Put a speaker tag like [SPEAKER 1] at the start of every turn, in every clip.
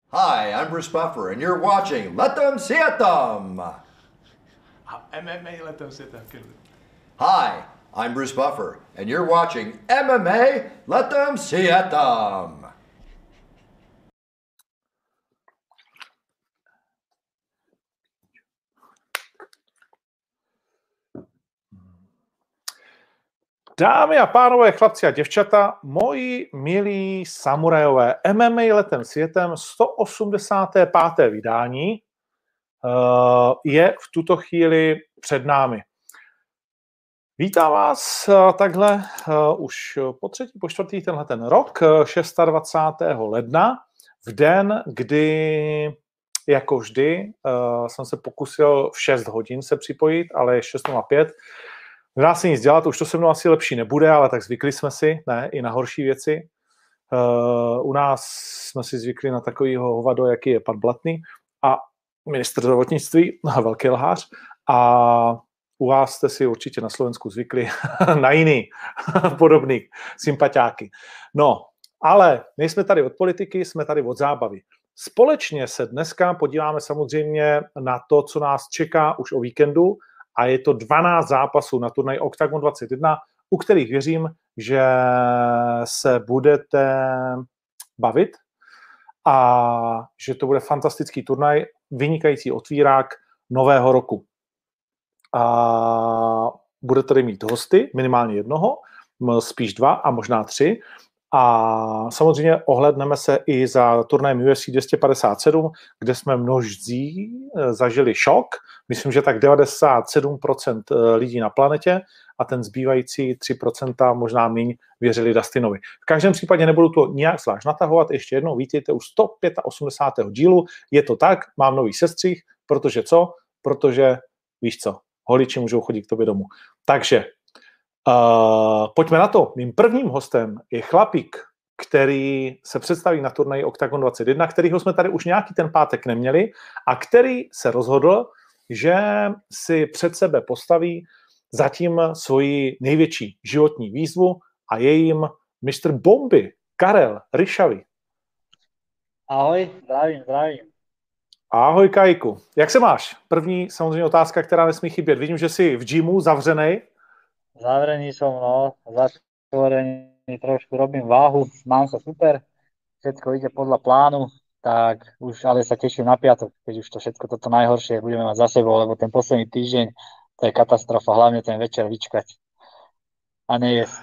[SPEAKER 1] Hi, I'm Bruce Buffer, and you're watching Let Them See It Them!
[SPEAKER 2] MMA letem světem, kyllä.
[SPEAKER 1] Hi, I'm Bruce Buffer, and you're watching MMA Let Them See It Them!
[SPEAKER 3] Dámy a pánové, chlapci a děvčata, moji milí samurajové, MMA letem světem 185. vydání je v tuto chvíli před námi. Vítám vás takhle už po třetí, po čtvrtý tenhle ten rok, 26. ledna, v den, kdy jako vždy jsem se pokusil v 6 hodin se připojit, ale je 6:05. Nedá se nic dělat, už to se mnou asi lepší nebude, ale tak zvykli jsme si, ne, i na horší věci. U nás jsme si zvykli na takovýho hovado, jaký je pan Blatný a ministr zdravotnictví, velký lhář. A u vás jste si určitě na Slovensku zvykli na jiný podobný sympatiáky. No, ale nejsme tady od politiky, jsme tady od zábavy. Společně se dneska podíváme samozřejmě na to, co nás čeká už o víkendu, a je to 12 zápasů na turnaj Octagon 21, u kterých věřím, že se budete bavit a že to bude fantastický turnaj, vynikající otvírák nového roku. A budete tady mít hosty, minimálně jednoho, spíš 2 a možná 3. A samozřejmě ohledneme se i za turnajem UFC 257, kde jsme množí zažili šok. Myslím, že tak 97% lidí na planetě a ten zbývající 3%, možná míň, věřili Dustinovi. V každém případě nebudu to nijak zvlášť natahovat. Ještě jednou vítejte u 185. dílu. Je to tak, mám nový sestřih, protože co? Protože, víš co, holiči můžou chodit k tobě domů. Takže pojďme na to. Mým prvním hostem je chlapík, který se představí na turnaji Octagon 21, kterýho jsme tady už nějaký ten pátek neměli a který se rozhodl, že si před sebe postaví zatím svoji největší životní výzvu a je jim mistr Bomby, Karel Ryšavý.
[SPEAKER 4] Ahoj, zdravím.
[SPEAKER 3] Ahoj, Kajku. Jak se máš? První samozřejmě otázka, která nesmí chybět. Vidím, že jsi v gymu zavřenej.
[SPEAKER 4] Zavrený som, no, zatvorený, trošku robím váhu, mám sa super, všetko ide podľa plánu, tak už ale sa teším na piatok, keď už to všetko toto najhoršie budeme mať za sebou, lebo ten posledný týždeň, to je katastrofa, hlavne ten večer vyčkať a nejesť.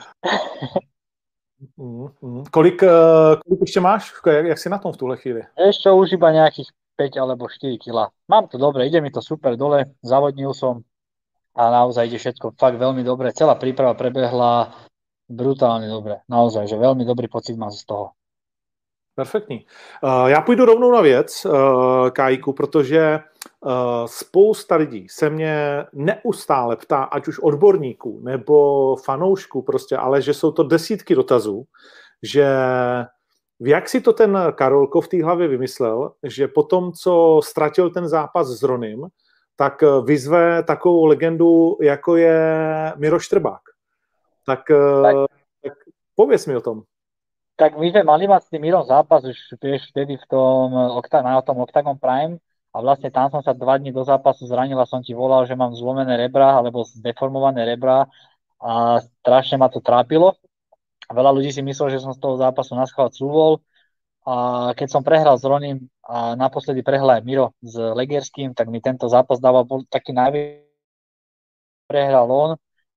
[SPEAKER 3] Kolik ešte máš? Jak si na tom v tuhle chvíli?
[SPEAKER 4] Ešte už iba nejakých 5 alebo 4 kg. Mám to dobre, ide mi to super dole, zavodnil som, a naozaj ide všetko fakt veľmi dobre. Celá príprava prebehla brutálne dobre. Naozaj, že veľmi dobrý pocit mám z toho.
[SPEAKER 3] Perfektní. Já půjdu rovnou na věc, Kajku, protože spousta lidí se mě neustále ptá, ať už odborníků nebo fanoušků prostě, ale že jsou to desítky dotazů, že jak si to ten Karolko v té hlavě vymyslel, že po tom, co ztratil ten zápas s Ronym, tak vyzve takovou legendu, jako je Miroš Trbák. Tak pověz mi o tom.
[SPEAKER 4] Tak my sme mali mať s tým Mirom zápas už vieš, vtedy na tom Octagon Prime a vlastne tam som sa 2 dní do zápasu zranil a som ti volal, že mám zlomené rebra alebo zdeformované rebra a strašne ma to trápilo. Veľa ľudí si myslelo, že som z toho zápasu naschvál cúvol. A keď som prehral s Ronym a naposledy prehral aj Miro s Legerským, tak mi tento zápas dával taký najviac. Prehral on.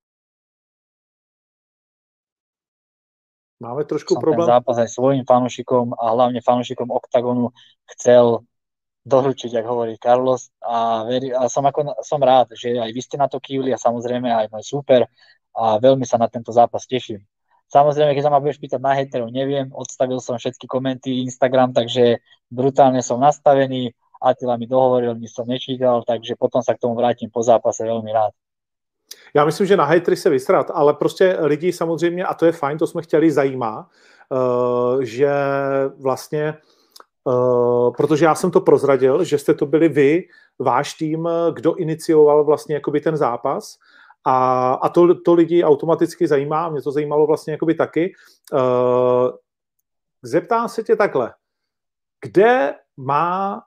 [SPEAKER 3] Máme trošku problém.
[SPEAKER 4] Ten zápas aj svojim fanúšikom a hlavne fanúšikom Octagonu chcel doručiť, jak hovorí Carlos. A som rád, že aj vy ste na to kývli a samozrejme aj môj súper a veľmi sa na tento zápas teším. Samozrejme, keď sa ma budeš pýtať na hejterov, neviem, odstavil som všetky komenty Instagram, takže brutálne som nastavený, Attila mi dohovoril, nič som nečítal, takže potom sa k tomu vrátim po zápase veľmi rád.
[SPEAKER 3] Já myslím, že na hejtry se vysrat, ale prostě lidi samozřejmě, a to je fajn, to jsme chtěli, zajímá, že vlastně, protože já jsem to prozradil, že jste to byli vy, váš tým, kdo inicioval vlastně jakoby ten zápas, a to lidi automaticky zajímá, mě to zajímalo vlastně jakoby taky. Zeptám se tě takhle, kde má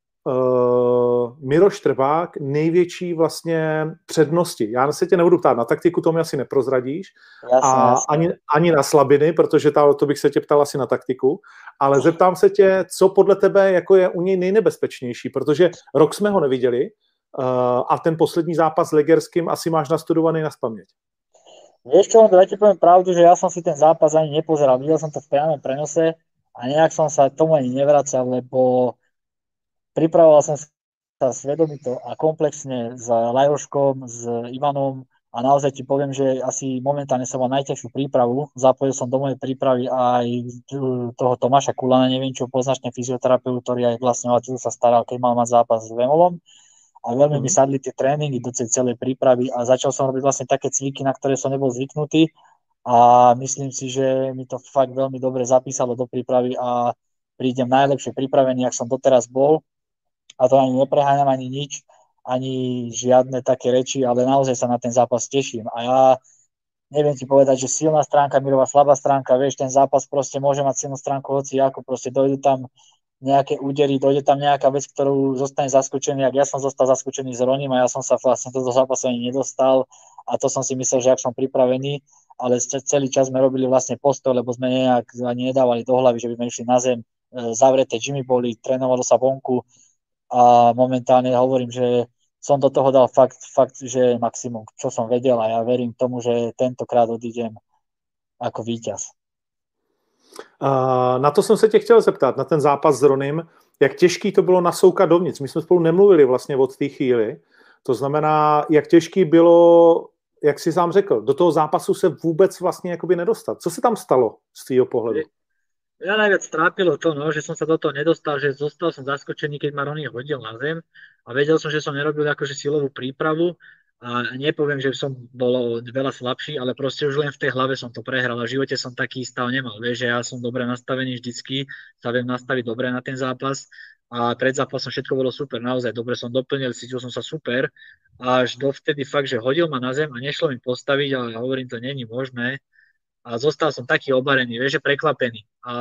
[SPEAKER 3] Miro Štrbák největší vlastně přednosti. Já se tě nebudu ptát na taktiku, to mi asi neprozradíš,
[SPEAKER 4] Jasne.
[SPEAKER 3] ani na slabiny, protože to bych se tě ptal asi na taktiku, ale zeptám se tě, co podle tebe jako je u něj nejnebezpečnější, protože rok jsme ho neviděli a ten poslední zápas s Legerským asi máš nastudovaný naspaměť.
[SPEAKER 4] Vieš čo, ja ti poviem pravdu, že ja som si ten zápas ani nepozeral. Videl som to v priamom prenose a nejak som sa tomu ani nevracal, lebo pripravoval som sa svedomito a komplexne s Lajoškom, s Ivanom a naozaj ti poviem, že asi momentálne som mal najťažšiu prípravu. Zapojil som do mojej prípravy aj toho Tomáša Kulana, neviem čo poznáš, ten fyzioterapeut, ktorý aj vlastne o sa staral, keď mal mať zápas s Vemolom. A veľmi mi sadli tie tréningy do celej prípravy a začal som robiť vlastne také cviky, na ktoré som nebol zvyknutý a myslím si, že mi to fakt veľmi dobre zapísalo do prípravy a prídem najlepšie pripravený, ak som doteraz bol a to ani nepreháňam, ani nič, ani žiadne také reči, ale naozaj sa na ten zápas teším a ja neviem ti povedať, že silná stránka, Mirova slabá stránka, vieš, ten zápas proste môže mať silnú stránku hoci ako, proste dojdu tam nejaké údery, dojde tam nejaká vec, ktorú zostane zaskočený, ak ja som zostal zaskočený s Ronim a ja som sa vlastne do zápasu ani nedostal a to som si myslel, že ak som pripravený, ale celý čas sme robili vlastne postoj, lebo sme nejak ani nedávali do hlavy, že by sme išli na zem, zavreté gymy boli, trénovalo sa vonku a momentálne hovorím, že som do toho dal fakt, že maximum, čo som vedel a ja verím tomu, že tentokrát odídem ako víťaz.
[SPEAKER 3] Na to jsem se tě chtěl zeptat, na ten zápas s Ronym, jak těžký to bylo nasoukat dovnitř. My jsme spolu nemluvili vlastně od té chvíli. To znamená, jak těžký bylo, jak jsi sám řekl, do toho zápasu se vůbec vlastně jakoby nedostat. Co se tam stalo z tvýho pohledu?
[SPEAKER 4] Ja najviac trápilo to, že som sa do toho nedostal, že zostal som zaskočený, keď ma Rony hodil na zem a vedel som, že som nerobil akože silovú prípravu a nepoviem, že som bol veľa slabší, ale proste už len v tej hlave som to prehral a v živote som taký stav nemal. Vieš, že ja som dobre nastavený vždycky, sa viem nastaviť dobre na ten zápas a pred zápasom všetko bolo super, naozaj dobre som doplnil, cítil som sa super až dovtedy fakt, že hodil ma na zem a nešlo mi postaviť, ale hovorím, to není možné a zostal som taký obarený, vieš, že prekvapený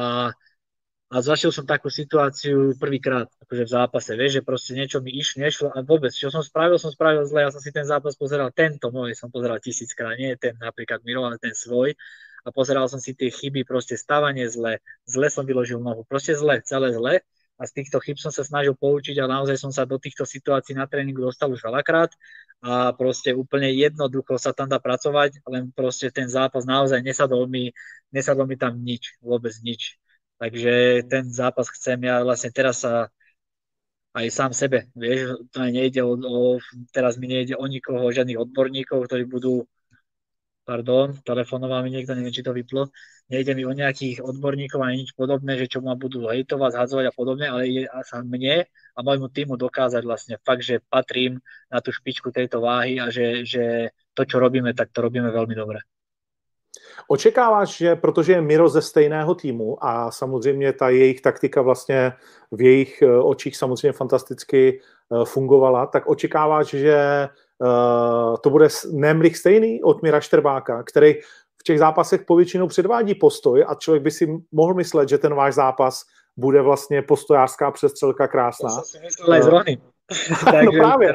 [SPEAKER 4] a zažil som takú situáciu prvýkrát akože v zápase, vieš, že proste niečo mi nešlo a vôbec, čo som spravil zle, ja som si ten zápas pozeral, tento môj som pozeral 1000-krát, nie ten napríklad Miro, ale ten svoj a pozeral som si tie chyby, proste stávanie zle som vyložil nohu, proste zle, celé zle a z týchto chyb som sa snažil poučiť a naozaj som sa do týchto situácií na tréningu dostal už veľakrát a proste úplne jednoducho sa tam dá pracovať, len proste ten zápas naozaj nesadol mi tam nič, vôbec nič. Takže ten zápas chcem ja vlastne teraz sa aj sám sebe, vieš, to nejde teraz mi nejde o nikoho, o žiadnych odborníkov, ktorí budú, telefonoval mi niekto, neviem, či to vyplo, nejde mi o nejakých odborníkov ani nič podobné, že čo ma budú hejtovať, zhadzovať a podobne, ale ide sa mne a môjmu týmu dokázať vlastne fakt, že patrím na tú špičku tejto váhy a že to, čo robíme, tak to robíme veľmi dobre.
[SPEAKER 3] Očekáváš, že protože je Miro ze stejného týmu a samozřejmě ta jejich taktika vlastně v jejich očích samozřejmě fantasticky fungovala, tak očekáváš, že to bude nemlich stejný od Mira Štrbáka, který v těch zápasech povětšinou předvádí postoj a člověk by si mohl myslet, že ten váš zápas bude vlastně postojářská přestřelka krásná.
[SPEAKER 4] To som si myslel aj s Ronym.
[SPEAKER 3] No právě.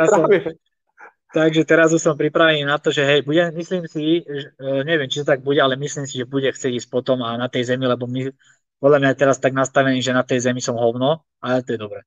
[SPEAKER 4] Takže teraz už som pripravený na to, že hej, myslím si, neviem, či to tak bude, ale myslím si, že bude chcieť ísť potom a na tej zemi, lebo my, podľa mňa je teraz tak nastavený, že na tej zemi som hovno, ale to je dobre.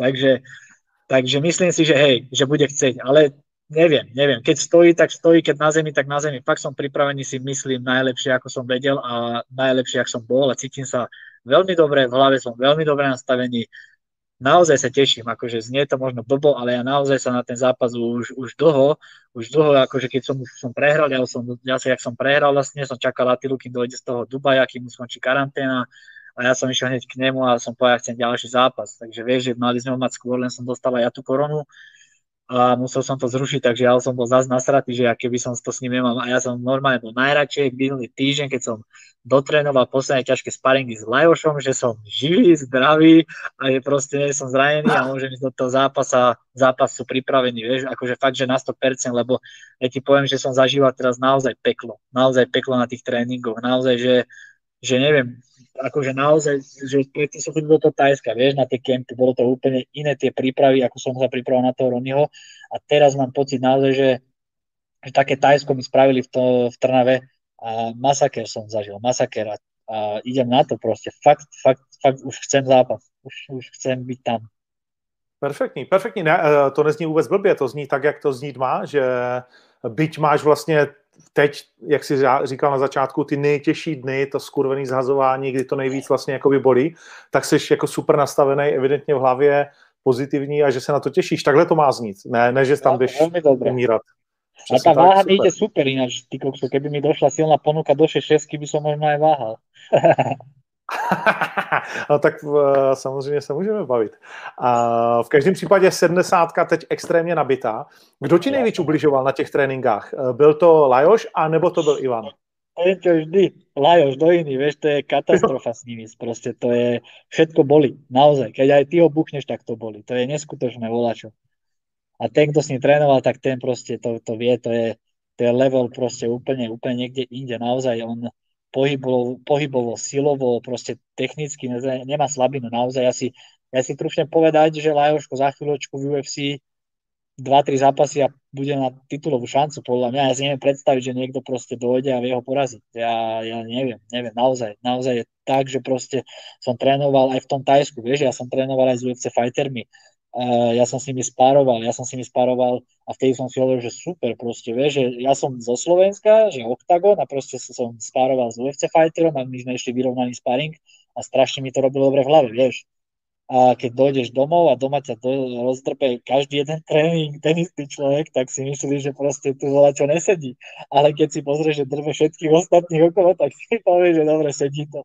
[SPEAKER 4] Takže myslím si, že hej, že bude chcieť, ale neviem, keď stojí, tak stojí, keď na zemi, fakt som pripravený, si myslím najlepšie, ako som vedel a najlepšie, ako som bol a cítim sa veľmi dobre, v hlave som veľmi dobre nastavený. Naozaj sa teším, akože znie to možno blbo, ale ja naozaj sa na ten zápas už dlho, akože keď som prehral, jak som prehral vlastne, som čakal Atilu, kým dojde z toho Dubaja, kým skončí karanténa a ja som išiel hneď k nemu a som povedal, chcem ďalší zápas, takže vieš, že mali sme ho mať skôr, len som dostal aj ja tú koronu a musel som to zrušiť, takže ja som bol zase nasratý, že keby som to s ním nemal a ja som normálne bol najradšej minulý týždeň, keď som dotrénoval posledné ťažké sparingy s Lajošom, že som živý, zdravý a že proste nie som zranený a môžem ísť do toho zápasu pripravený, vieš, akože fakt, že na 100%, lebo ja ti poviem, že som zažíval teraz naozaj peklo na tých tréningoch, naozaj, že že neviem, akože naozaj, že predtým som chodil do toho Tajska, vieš, na tie kempy, bolo to úplne iné tie prípravy, ako som sa pripravoval na toho Ronnieho a teraz mám pocit naozaj, že také Tajsko mi spravili v Trnave a masaker som zažil, masaker a idem na to proste, fakt už chcem zápas, už chcem byť tam.
[SPEAKER 3] Perfektní. Ne, to nezní vůbec blbě, to zní tak, jak to znít má, že byť máš vlastně teď, jak jsi říkal na začátku, ty nejtěžší dny, to skurvený zhazování, kdy to nejvíc vlastně jakoby bolí, tak jsi jako super nastavený, evidentně v hlavě pozitivní a že se na to těšíš. Takhle to má znít, ne že tam jdeš umírat.
[SPEAKER 4] A tá váha mi ide super ináč, ty kokso, keby mi došla silná ponuka do 6-6, by som možno aj váhal.
[SPEAKER 3] No tak samozřejmě se můžeme bavit. A v každém případě 70 teď extrémně nabitá. Kdo ti nejvíc ubližoval na těch tréninkách? Byl to Lajoš, anebo to byl Ivan?
[SPEAKER 4] To je vždy Lajoš do iný, vieš, to je katastrofa s nimi. Proste to je, všetko boli, naozaj. Keď aj ty ho buchneš, tak to boli. To je neskutočné volačo. A ten, kto s ním trénoval, tak ten proste to vie, to je level proste úplne niekde inde. Naozaj on pohybovo, silovo, proste technicky nemá slabinu. Naozaj ja si trúfnem povedať, že Lajoško za chvíľočku v UFC 2-3 zápasy a bude na titulovú šancu, podľa mňa. Ja si neviem predstaviť, že niekto proste dojde a vie ho poraziť. Ja neviem, naozaj je tak, že proste som trénoval aj v tom Tajsku, vieš, ja som trénoval aj s UFC fightermi, ja som s nimi spároval a vtedy som si hovoril, že super proste, vieš, že ja som zo Slovenska, že Octagon a proste som spároval s UFC fighterom a my sme išli vyrovnaný sparing a strašne mi to robilo dobre v hlave, vieš. A keď dojdeš domov a doma ťa rozdrbe každý jeden tréning, ten istý človek, tak si myslíš, že proste tu čo nesedí. Ale keď si pozrieš, že drve všetkých ostatných okolo, tak si povieš, že dobre, sedí to.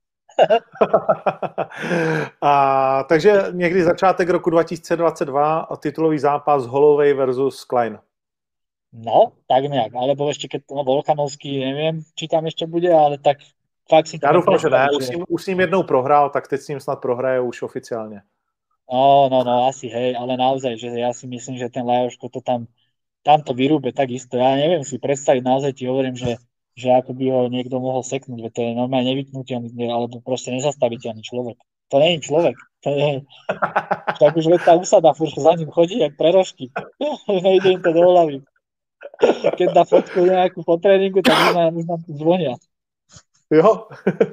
[SPEAKER 3] Takže někdy začátek roku 2022 titulový zápas Holloway versus Klein.
[SPEAKER 4] No, tak nejak. Alebo ešte keď Volkanovský, neviem, či tam ešte bude, ale tak fakt si...
[SPEAKER 3] Já doufám, že ne. Už s ním jednou prohrál, tak teď s ním snad prohraje už oficiálne.
[SPEAKER 4] No, asi hej, ale naozaj, že ja si myslím, že ten Lajoško to tam to vyrúbe takisto. Ja neviem si predstaviť, naozaj ti hovorím, že ako by ho niekto mohol seknúť, to je normálne nevytnutelný, alebo proste nezastaviteľný človek. To nie je človek, to je... Tak už tá usada furt za ním chodí, jak prerožky. Nejde im to do hlavy. Keď dá fotku nejakú po tréningu, tak už nám zvonia.
[SPEAKER 3] Jo.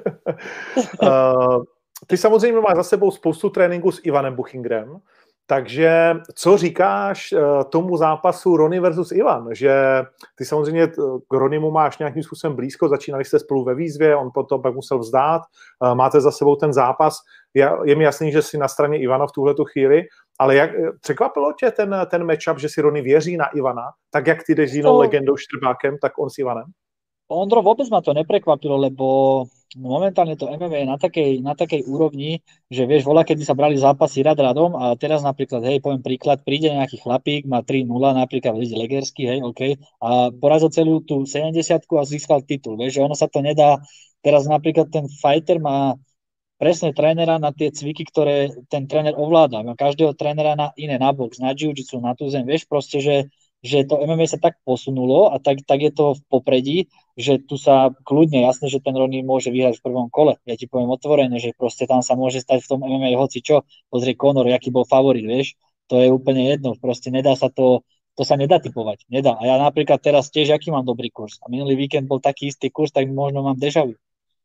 [SPEAKER 3] Ty samozřejmě máš za sebou spoustu tréninků s Ivanem Buchingerem, takže co říkáš tomu zápasu Ronnie versus Ivan, že ty samozřejmě k Ronniemu máš nějakým způsobem blízko, začínali jste spolu ve výzvě, on potom pak musel vzdát, máte za sebou ten zápas, je mi jasný, že jsi na straně Ivana v tuhletu chvíli, ale překvapilo tě ten matchup, že si Ronnie věří na Ivana, tak jak ty jdeš s jinou legendou Štrbákem, tak on s Ivanem?
[SPEAKER 4] Ondro, vôbec ma to neprekvapilo, lebo momentálne to MMA je na takej úrovni, že vieš, kedy sa brali zápasy radom a teraz napríklad, hej, poviem príklad, príde nejaký chlapík, má 3-0, napríklad Legerský, hej, OK, a porazil celú tú 70-ku a získal titul, vieš, že ono sa to nedá, teraz napríklad ten fighter má presne trénera na tie cviky, ktoré ten tréner ovláda, má každého trénera na iné, na box, na jiu-jitsu, na tú zem, vieš, proste, že to MMA sa tak posunulo a tak je to v popredí, že tu sa kľudne, jasné, že ten Ronnie môže vyhrať v prvom kole. Ja ti poviem otvorene, že proste tam sa môže stať v tom MMA hoci čo. Pozri Conor, aký bol favorit, vieš. To je úplne jedno, proste nedá sa to sa nedá typovať, nedá. A ja napríklad teraz tiež, aký mám dobrý kurz. A minulý víkend bol taký istý kurz, tak možno mám deja vu.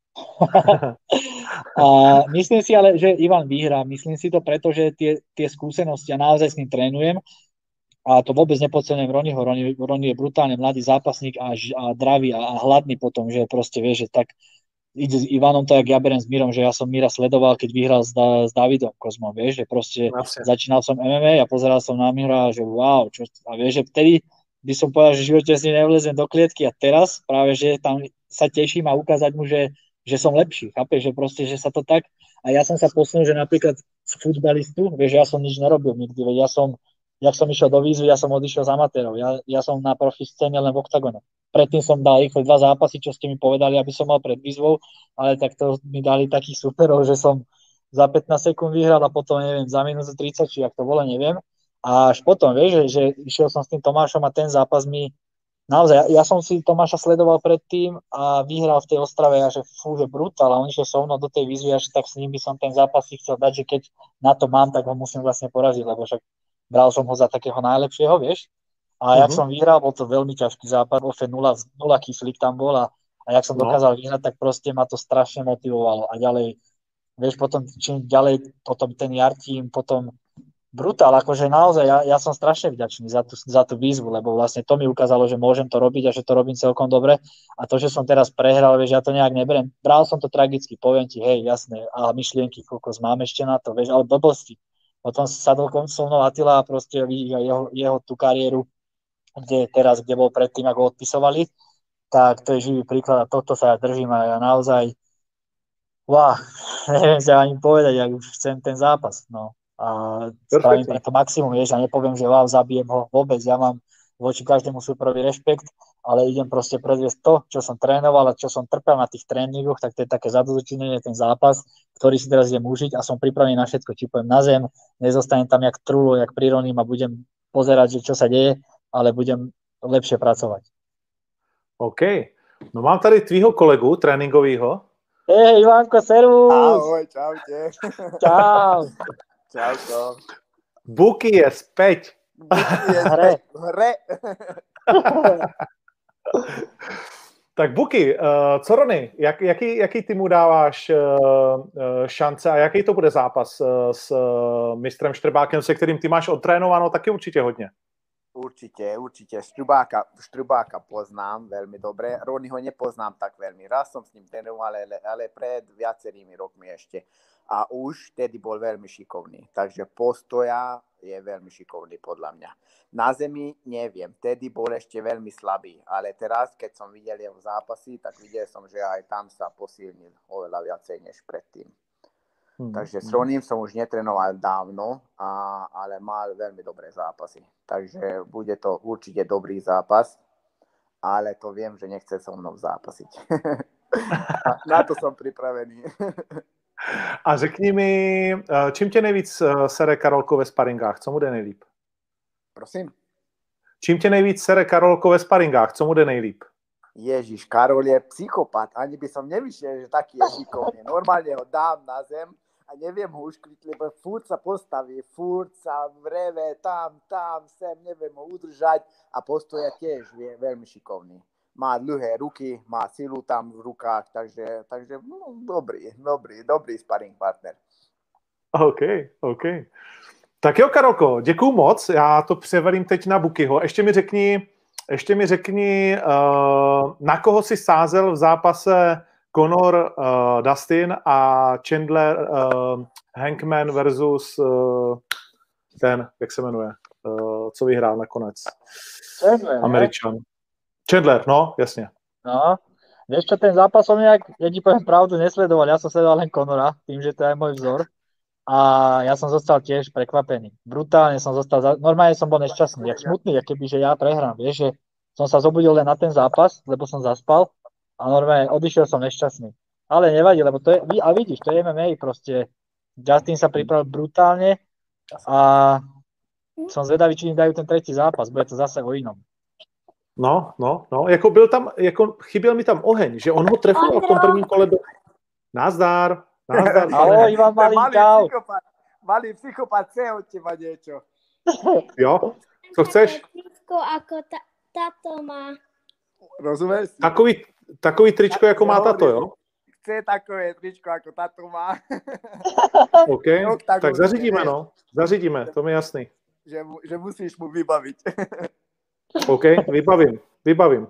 [SPEAKER 4] A myslím si ale, že Ivan vyhrá. Myslím si to preto, že tie skúsenosti ja naozaj s ním trénujem. A to vôbec nepodceňujem Ronnieho. Ronnie je brutálne mladý zápasník a dravý a hladný potom, že proste vieš, že tak ide s Ivanom to, jak ja beriem s Mírom, že ja som Míra sledoval, keď vyhral s Davidom Kozmom, vieš, že proste začínal som MMA a pozeral som na Míra, že wow, a vieš, že vtedy by som povedal, že v živote si nevlezem do klietky a teraz práve, že tam sa teším a ukázať mu, že som lepší, chápeš, že proste, že sa to tak, a ja som sa posunul, že napríklad z futbalistu, vieš, ja som nič nerobil nikdy, veď jak som išiel do výzvy, ja som odišiel z amatérov. Ja som na profi scéne len v oktagone. Predtým som dal rýchle 2 zápasy, čo ste mi povedali, aby som mal pred výzvou, ale tak to mi dali takých superov, že som za 15 sekúnd vyhral a potom, neviem, za minútu 30, či jak to bolo, neviem. A až potom, vieš, že išiel som s tým Tomášom a ten zápas mi naozaj, ja som si Tomáša sledoval predtým a vyhral v tej Ostrave a že fú, že brutál a on išiel so mnou do tej výzvy, až tak s ním by som ten zápas si chcel dať, že keď na to mám, tak ho musím vlastne poraziť, lebo však bral som ho za takého najlepšieho, vieš. A jak som vyhral, bol to veľmi ťažký zápas, nula kyslík tam bol a jak som dokázal vyhrať, tak proste ma to strašne motivovalo a ďalej, vieš, potom čím ďalej, potom ten Jartín, potom brutál, akože naozaj, ja som strašne vďačný za tú výzvu, lebo vlastne to mi ukázalo, že môžem to robiť a že to robím celkom dobre a to, že som teraz prehral, vieš, ja to nejak neberiem. Bral som to tragicky, poviem ti, hej, jasné, a myšlienky, koľko mám ešte na to, vieš, ale blbosti. Potom sadol so mnou Attila a proste vidíš aj jeho tú kariéru, kde bol predtým, ako ho odpisovali, tak to je živý príklad a toto sa ja držím a ja naozaj neviem sa ani povedať, ak už chcem ten zápas, no. A spravím pre to maximum, vieš, a nepoviem, že zabijem ho vôbec, ja mám voči každému súperovi rešpekt, ale idem proste predviesť to, čo som trénoval a čo som trpel na tých tréningoch, tak to je také zadozučinenie, ten zápas, ktorý si teraz idem užiť a som pripravený na všetko, či poviem na zem, nezostanem tam jak trulo, jak prironím a budem pozerať, že čo sa deje, ale budem lepšie pracovať.
[SPEAKER 3] OK. No mám tady tvýho kolegu tréninkovýho.
[SPEAKER 4] Hej, Ivánko, servus!
[SPEAKER 5] Ahoj, čaute.
[SPEAKER 4] Čau.
[SPEAKER 5] Čauko.
[SPEAKER 3] Buky je späť.
[SPEAKER 5] Hre.
[SPEAKER 3] Tak Buky, co Rony, jaký ty mu dáváš šance a jaký to bude zápas s mistrem Štrbákem, se kterým ty máš odtrénováno taky určitě hodně?
[SPEAKER 5] Určite. Štrubáka poznám veľmi dobre. Ronyho nepoznám tak veľmi. Raz som s ním trénoval, ale pred viacerými rokmi ešte. A už tedy bol veľmi šikovný. Takže postoja je veľmi šikovný podľa mňa. Na zemi neviem. Tedy bol ešte veľmi slabý. Ale teraz, keď som videl jeho zápasy, tak videl som, že aj tam sa posilnil oveľa viacej než predtým. Takže s Ronym som už netrénoval dávno, ale mal veľmi dobré zápasy. Takže bude to určite dobrý zápas, ale to viem, že nechce so mnou zápasiť. Na to som pripravený.
[SPEAKER 3] A řekni mi, čím tě nejvíc sere Karolko ve sparingách? Co mu jde nejlíp?
[SPEAKER 5] Prosím?
[SPEAKER 3] Čím tě nejvíc sere Karolko ve sparingách? Co mu jde nejlíp?
[SPEAKER 5] Ježiš, Karol je psychopat. Ani by som nevyšiel, že taký je šikovný. Normálne ho dám na zem a neviem ho uškriť, lebo furt sa postaví, furt sa vreve tam, sem, neviem ho udržať a postoja tiež je veľmi šikovný. Má dlhé ruky, má silu tam v rukách, takže no, dobrý sparring partner.
[SPEAKER 3] OK. Tak jo, Karolko, děkuju moc. Já to převedím teď na Bukyho. Ještě mi řekni, na koho si sázel v zápase Conor Dustin a Chandler Hankman versus ten, jak se jmenuje, co vyhrál nakonec? Američan. Chandler, no, jasně.
[SPEAKER 4] No, vieš čo, ten zápas som nejak, ja ti poviem pravdu, nesledoval. Ja som sledoval len Conora, tým, že to je môj vzor. A ja som zostal tiež prekvapený. Brutálne som zostal, normálne som bol nešťastný, jak smutný, jak keby, že ja prehrám, vieš, že som sa zobudil len na ten zápas, lebo som zaspal a normálne odišiel som nešťastný. Ale nevadí, lebo to je, a vidíš, to je MMA proste. Justin sa pripravil brutálne a som zvedavý, či im dajú ten tretí zápas, bude to zase o inom.
[SPEAKER 3] No, jako byl tam, jako chyběl mi tam oheň, že on ho trefil v tom prvním kole. Nazdar.
[SPEAKER 4] Ahoj, Ivan Malý, čau.
[SPEAKER 5] Malý psychopat, chce od teba niečo.
[SPEAKER 3] Jo, co chceš?
[SPEAKER 6] Ako táto má.
[SPEAKER 5] Rozumieš?
[SPEAKER 3] Takový tričko, jako má tato, jo?
[SPEAKER 5] Chce takové tričko, ako táto má.
[SPEAKER 3] OK, tak zařídíme, no. Zařídíme, to mi je jasný.
[SPEAKER 5] Že musíš mu vybaviť.
[SPEAKER 3] OK, vybavím.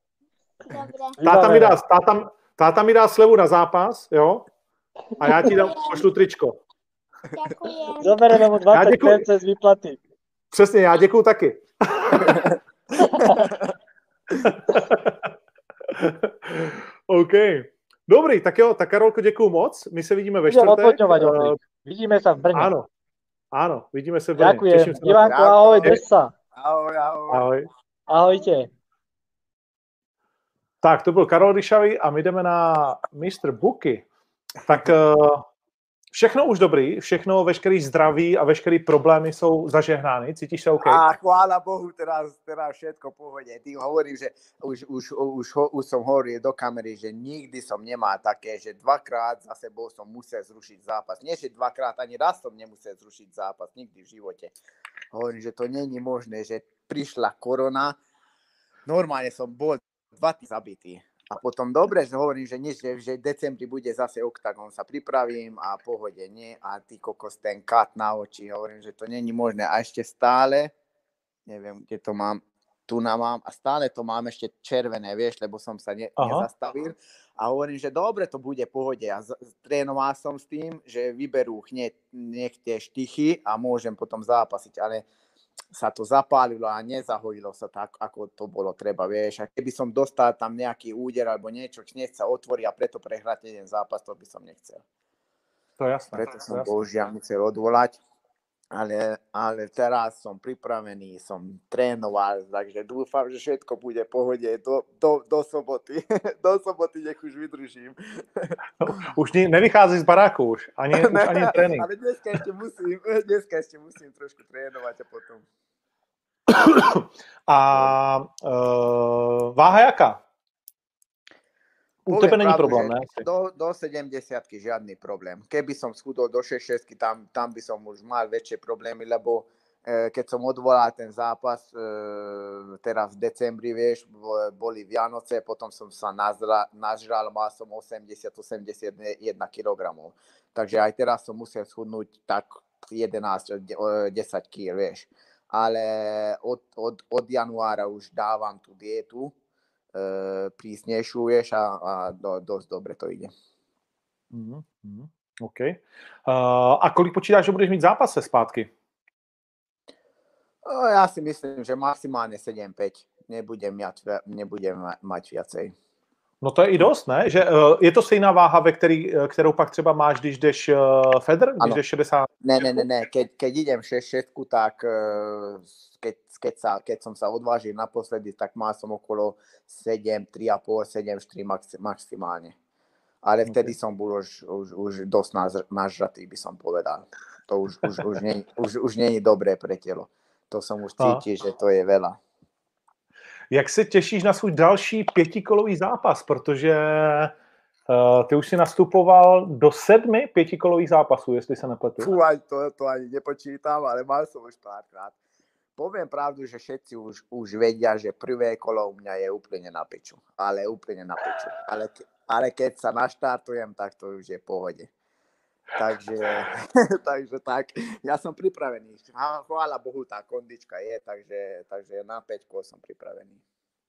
[SPEAKER 6] Dobre.
[SPEAKER 3] Táta mi dá slevu na zápas, jo? A já ti dám pošlu tričko.
[SPEAKER 6] Ďakujem.
[SPEAKER 4] Zoberieme mu 20 cez výplaty.
[SPEAKER 3] Přesně, já děkuju taky. OK. Dobrý, tak jo, tak Karolko, děkuju moc. My se vidíme ve čtvrtek.
[SPEAKER 4] Vidíme sa v Brne.
[SPEAKER 3] Áno, vidíme sa v Brne.
[SPEAKER 4] Ďakujem. Ivanko, ahoj, drž sa.
[SPEAKER 5] Ahoj.
[SPEAKER 4] Ahojte.
[SPEAKER 3] Tak, to byl Karol Ryšavý a my jdeme na Mr. Buky. Tak Všechno už dobrý, všechno, veškerý zdraví a veškerý problémy jsou zažehnány, cítíš se OK?
[SPEAKER 5] A chvála Bohu, teraz všetko v pohode. Ty hovorím, že už som hovoril do kamery, že nikdy som nemal také, že dvakrát za sebou som musel zrušiť zápas. Nie, že dvakrát, ani raz som nemusel zrušiť zápas, nikdy v živote. Hovorím, že to není možné, že prišla korona, normálne som bol 2 týždne zabitý. A potom dobre, že hovorím, že nič, že v decembri bude zase oktagon, sa pripravím a pohode, nie? A ty kokos, ten kat na oči, hovorím, že to není možné. A ešte stále, neviem, kde to mám, tu mám, a stále to mám ešte červené, vieš, lebo som sa nezastavil. A hovorím, že dobre, to bude pohode. A trénoval som s tým, že vyberú hneď tie štychy a môžem potom zápasiť, ale sa to zapálilo a nezahojilo sa tak, ako to bolo treba, vieš. A keby som dostal tam nejaký úder alebo niečo, hneď sa otvorí a preto prehrať jeden zápas, to by som nechcel.
[SPEAKER 3] To je jasné.
[SPEAKER 5] Preto som bohužiaľ musel odvolať, ale teraz som pripravený, som trénoval, takže dúfam, že všetko bude v pohode do soboty. Do soboty nech už vydržím.
[SPEAKER 3] Už nevychází z baráku už, ani trénink.
[SPEAKER 5] Ale dneska ešte musím trošku trénovať a potom.
[SPEAKER 3] A váha jaká? U tebe není problém, ne?
[SPEAKER 5] Do 70-ky žiadny problém. Keby som schudol do 66-ky, tam by som už mal väčšie problémy, lebo keď som odvolal ten zápas teraz v decembri, vieš, boli Vianoce, potom som sa nažral, mal som 80-81 kg. Takže aj teraz som musel schudnúť tak 11-10 kg, vieš. Ale od januára už dávam tú dietu, prísnejšiu, vieš, a dosť dobre to ide.
[SPEAKER 3] OK. A kolik počítáš, že budeš mít zápase zpátky?
[SPEAKER 5] Ja si myslím, že maximálne 7-5. Nebudem mať viacej.
[SPEAKER 3] No to je i dost, ne? Že, je to stejná váha, kterou pak třeba máš, když jdeš Federer, když jdeš 60?
[SPEAKER 5] Ne. Keď idem 6-6, tak keď som sa odvážil naposledy, tak mal som okolo 7, 3,5, 7, 4 maximálne. Ale vtedy som bol už dosť nažratý, by som povedal. To už nie je dobré pre telo. To som už cítil, že to je veľa.
[SPEAKER 3] Jak se těšíš na svůj další 5kolový zápas, protože ty už si nastupoval do 7 5kolových zápasů, jestli se nepletu.
[SPEAKER 5] To ani nepočítam, ale mal som už párkrát. Poviem pravdu, že všetci už vedia, že prvé kolo u mňa je úplne na piču. Ale úplne na piču. Ale keď sa naštartujem, tak to už je v pohode. Takže tak, ja som pripravený. Chvála Bohu, tá kondička je, takže na 5 som pripravený.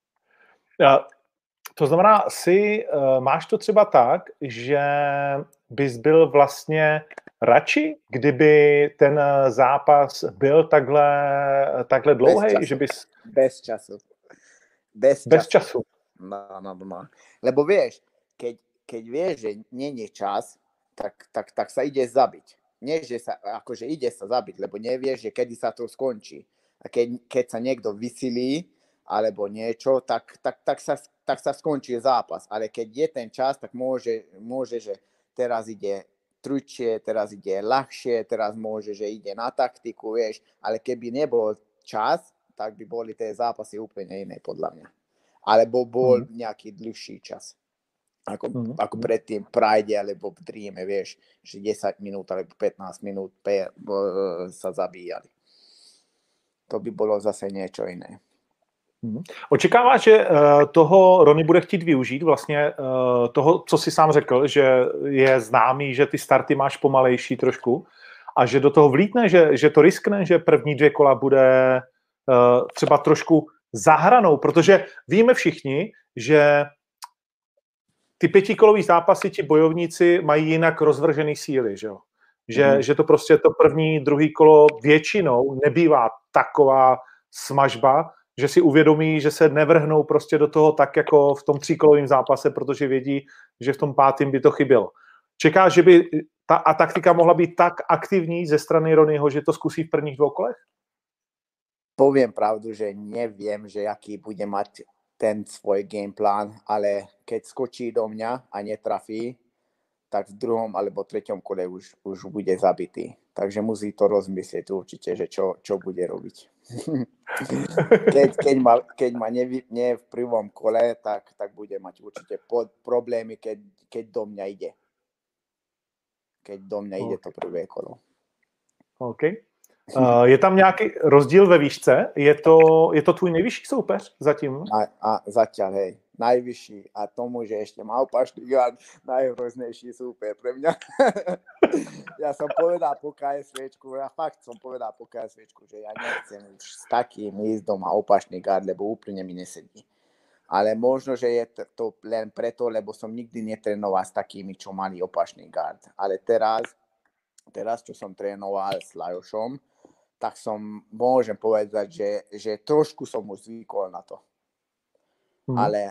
[SPEAKER 3] To znamená, máš to třeba tak, že bys byl vlastně radši, kdyby ten zápas byl takhle dlouhý, že bys...
[SPEAKER 5] Bez času.
[SPEAKER 3] Bez času.
[SPEAKER 5] No. Lebo vieš, keď vieš, že nie je čas, tak sa ide zabiť. Nie, že sa, akože ide sa zabiť, lebo nevieš, že kedy sa to skončí. A keď sa niekto vysilí, alebo niečo, tak sa skončí zápas. Ale keď je ten čas, tak môže, že teraz ide trudšie, teraz ide ľahšie, teraz môže, že ide na taktiku, vieš. Ale keby nebol čas, tak by boli tie zápasy úplne iné, podľa mňa. Alebo bol nejaký dlhší čas. Ako predtým Pride alebo v Dreame, vieš, že 10 minút alebo 15 minút sa zabíjali. To by bolo zase niečo iné.
[SPEAKER 3] Očekáváš, že toho Ronny bude chtít využít, vlastně toho, co si sám řekl, že je známý, že ty starty máš pomalejší trošku a že do toho vlítne, že to riskne, že první 2 kola bude třeba trošku za hranou, protože víme všichni, že ty 5kolový zápasy, ti bojovníci mají jinak rozvržený síly, že jo? Že to prostě to první, druhý kolo většinou nebývá taková smažba, že si uvědomí, že se nevrhnou prostě do toho tak jako v tom 3kolovém zápase, protože vědí, že v tom 5. by to chybělo. Čekáš, že by ta taktika mohla být tak aktivní ze strany Ronnyho, že to zkusí v prvních 2 kolech?
[SPEAKER 5] Poviem pravdu, že neviem, že aký bude mať ten svoj gameplán, ale keď skočí do mňa a netrafí, tak v druhom alebo treťom kole už bude zabitý. Takže musí to rozmyslieť určite, že čo bude robiť. keď ma nevypne v prvom kole, tak bude mať určite problémy, keď do mňa ide. Keď do mňa ide to prvé kolo.
[SPEAKER 3] OK. Je tam nějaký rozdíl ve výšce? Je to tvůj nejvyšší soupeř zatím?
[SPEAKER 5] A zatiaľ, hej. Najvyšší. A tomu, že ešte má opačný gard, najhroznejší súper pre mňa. Ja som povedal po KSVčku, že ja nechcem už s takým ísť doma opačný gard, lebo úplne mi nesedí. Ale možno, že je to len preto, lebo som nikdy netrenoval s takými, čo mali opačný gard. Ale teraz čo som trénoval s Lajošom, tak môžem povedať, že trošku som už zvykol na to. Ale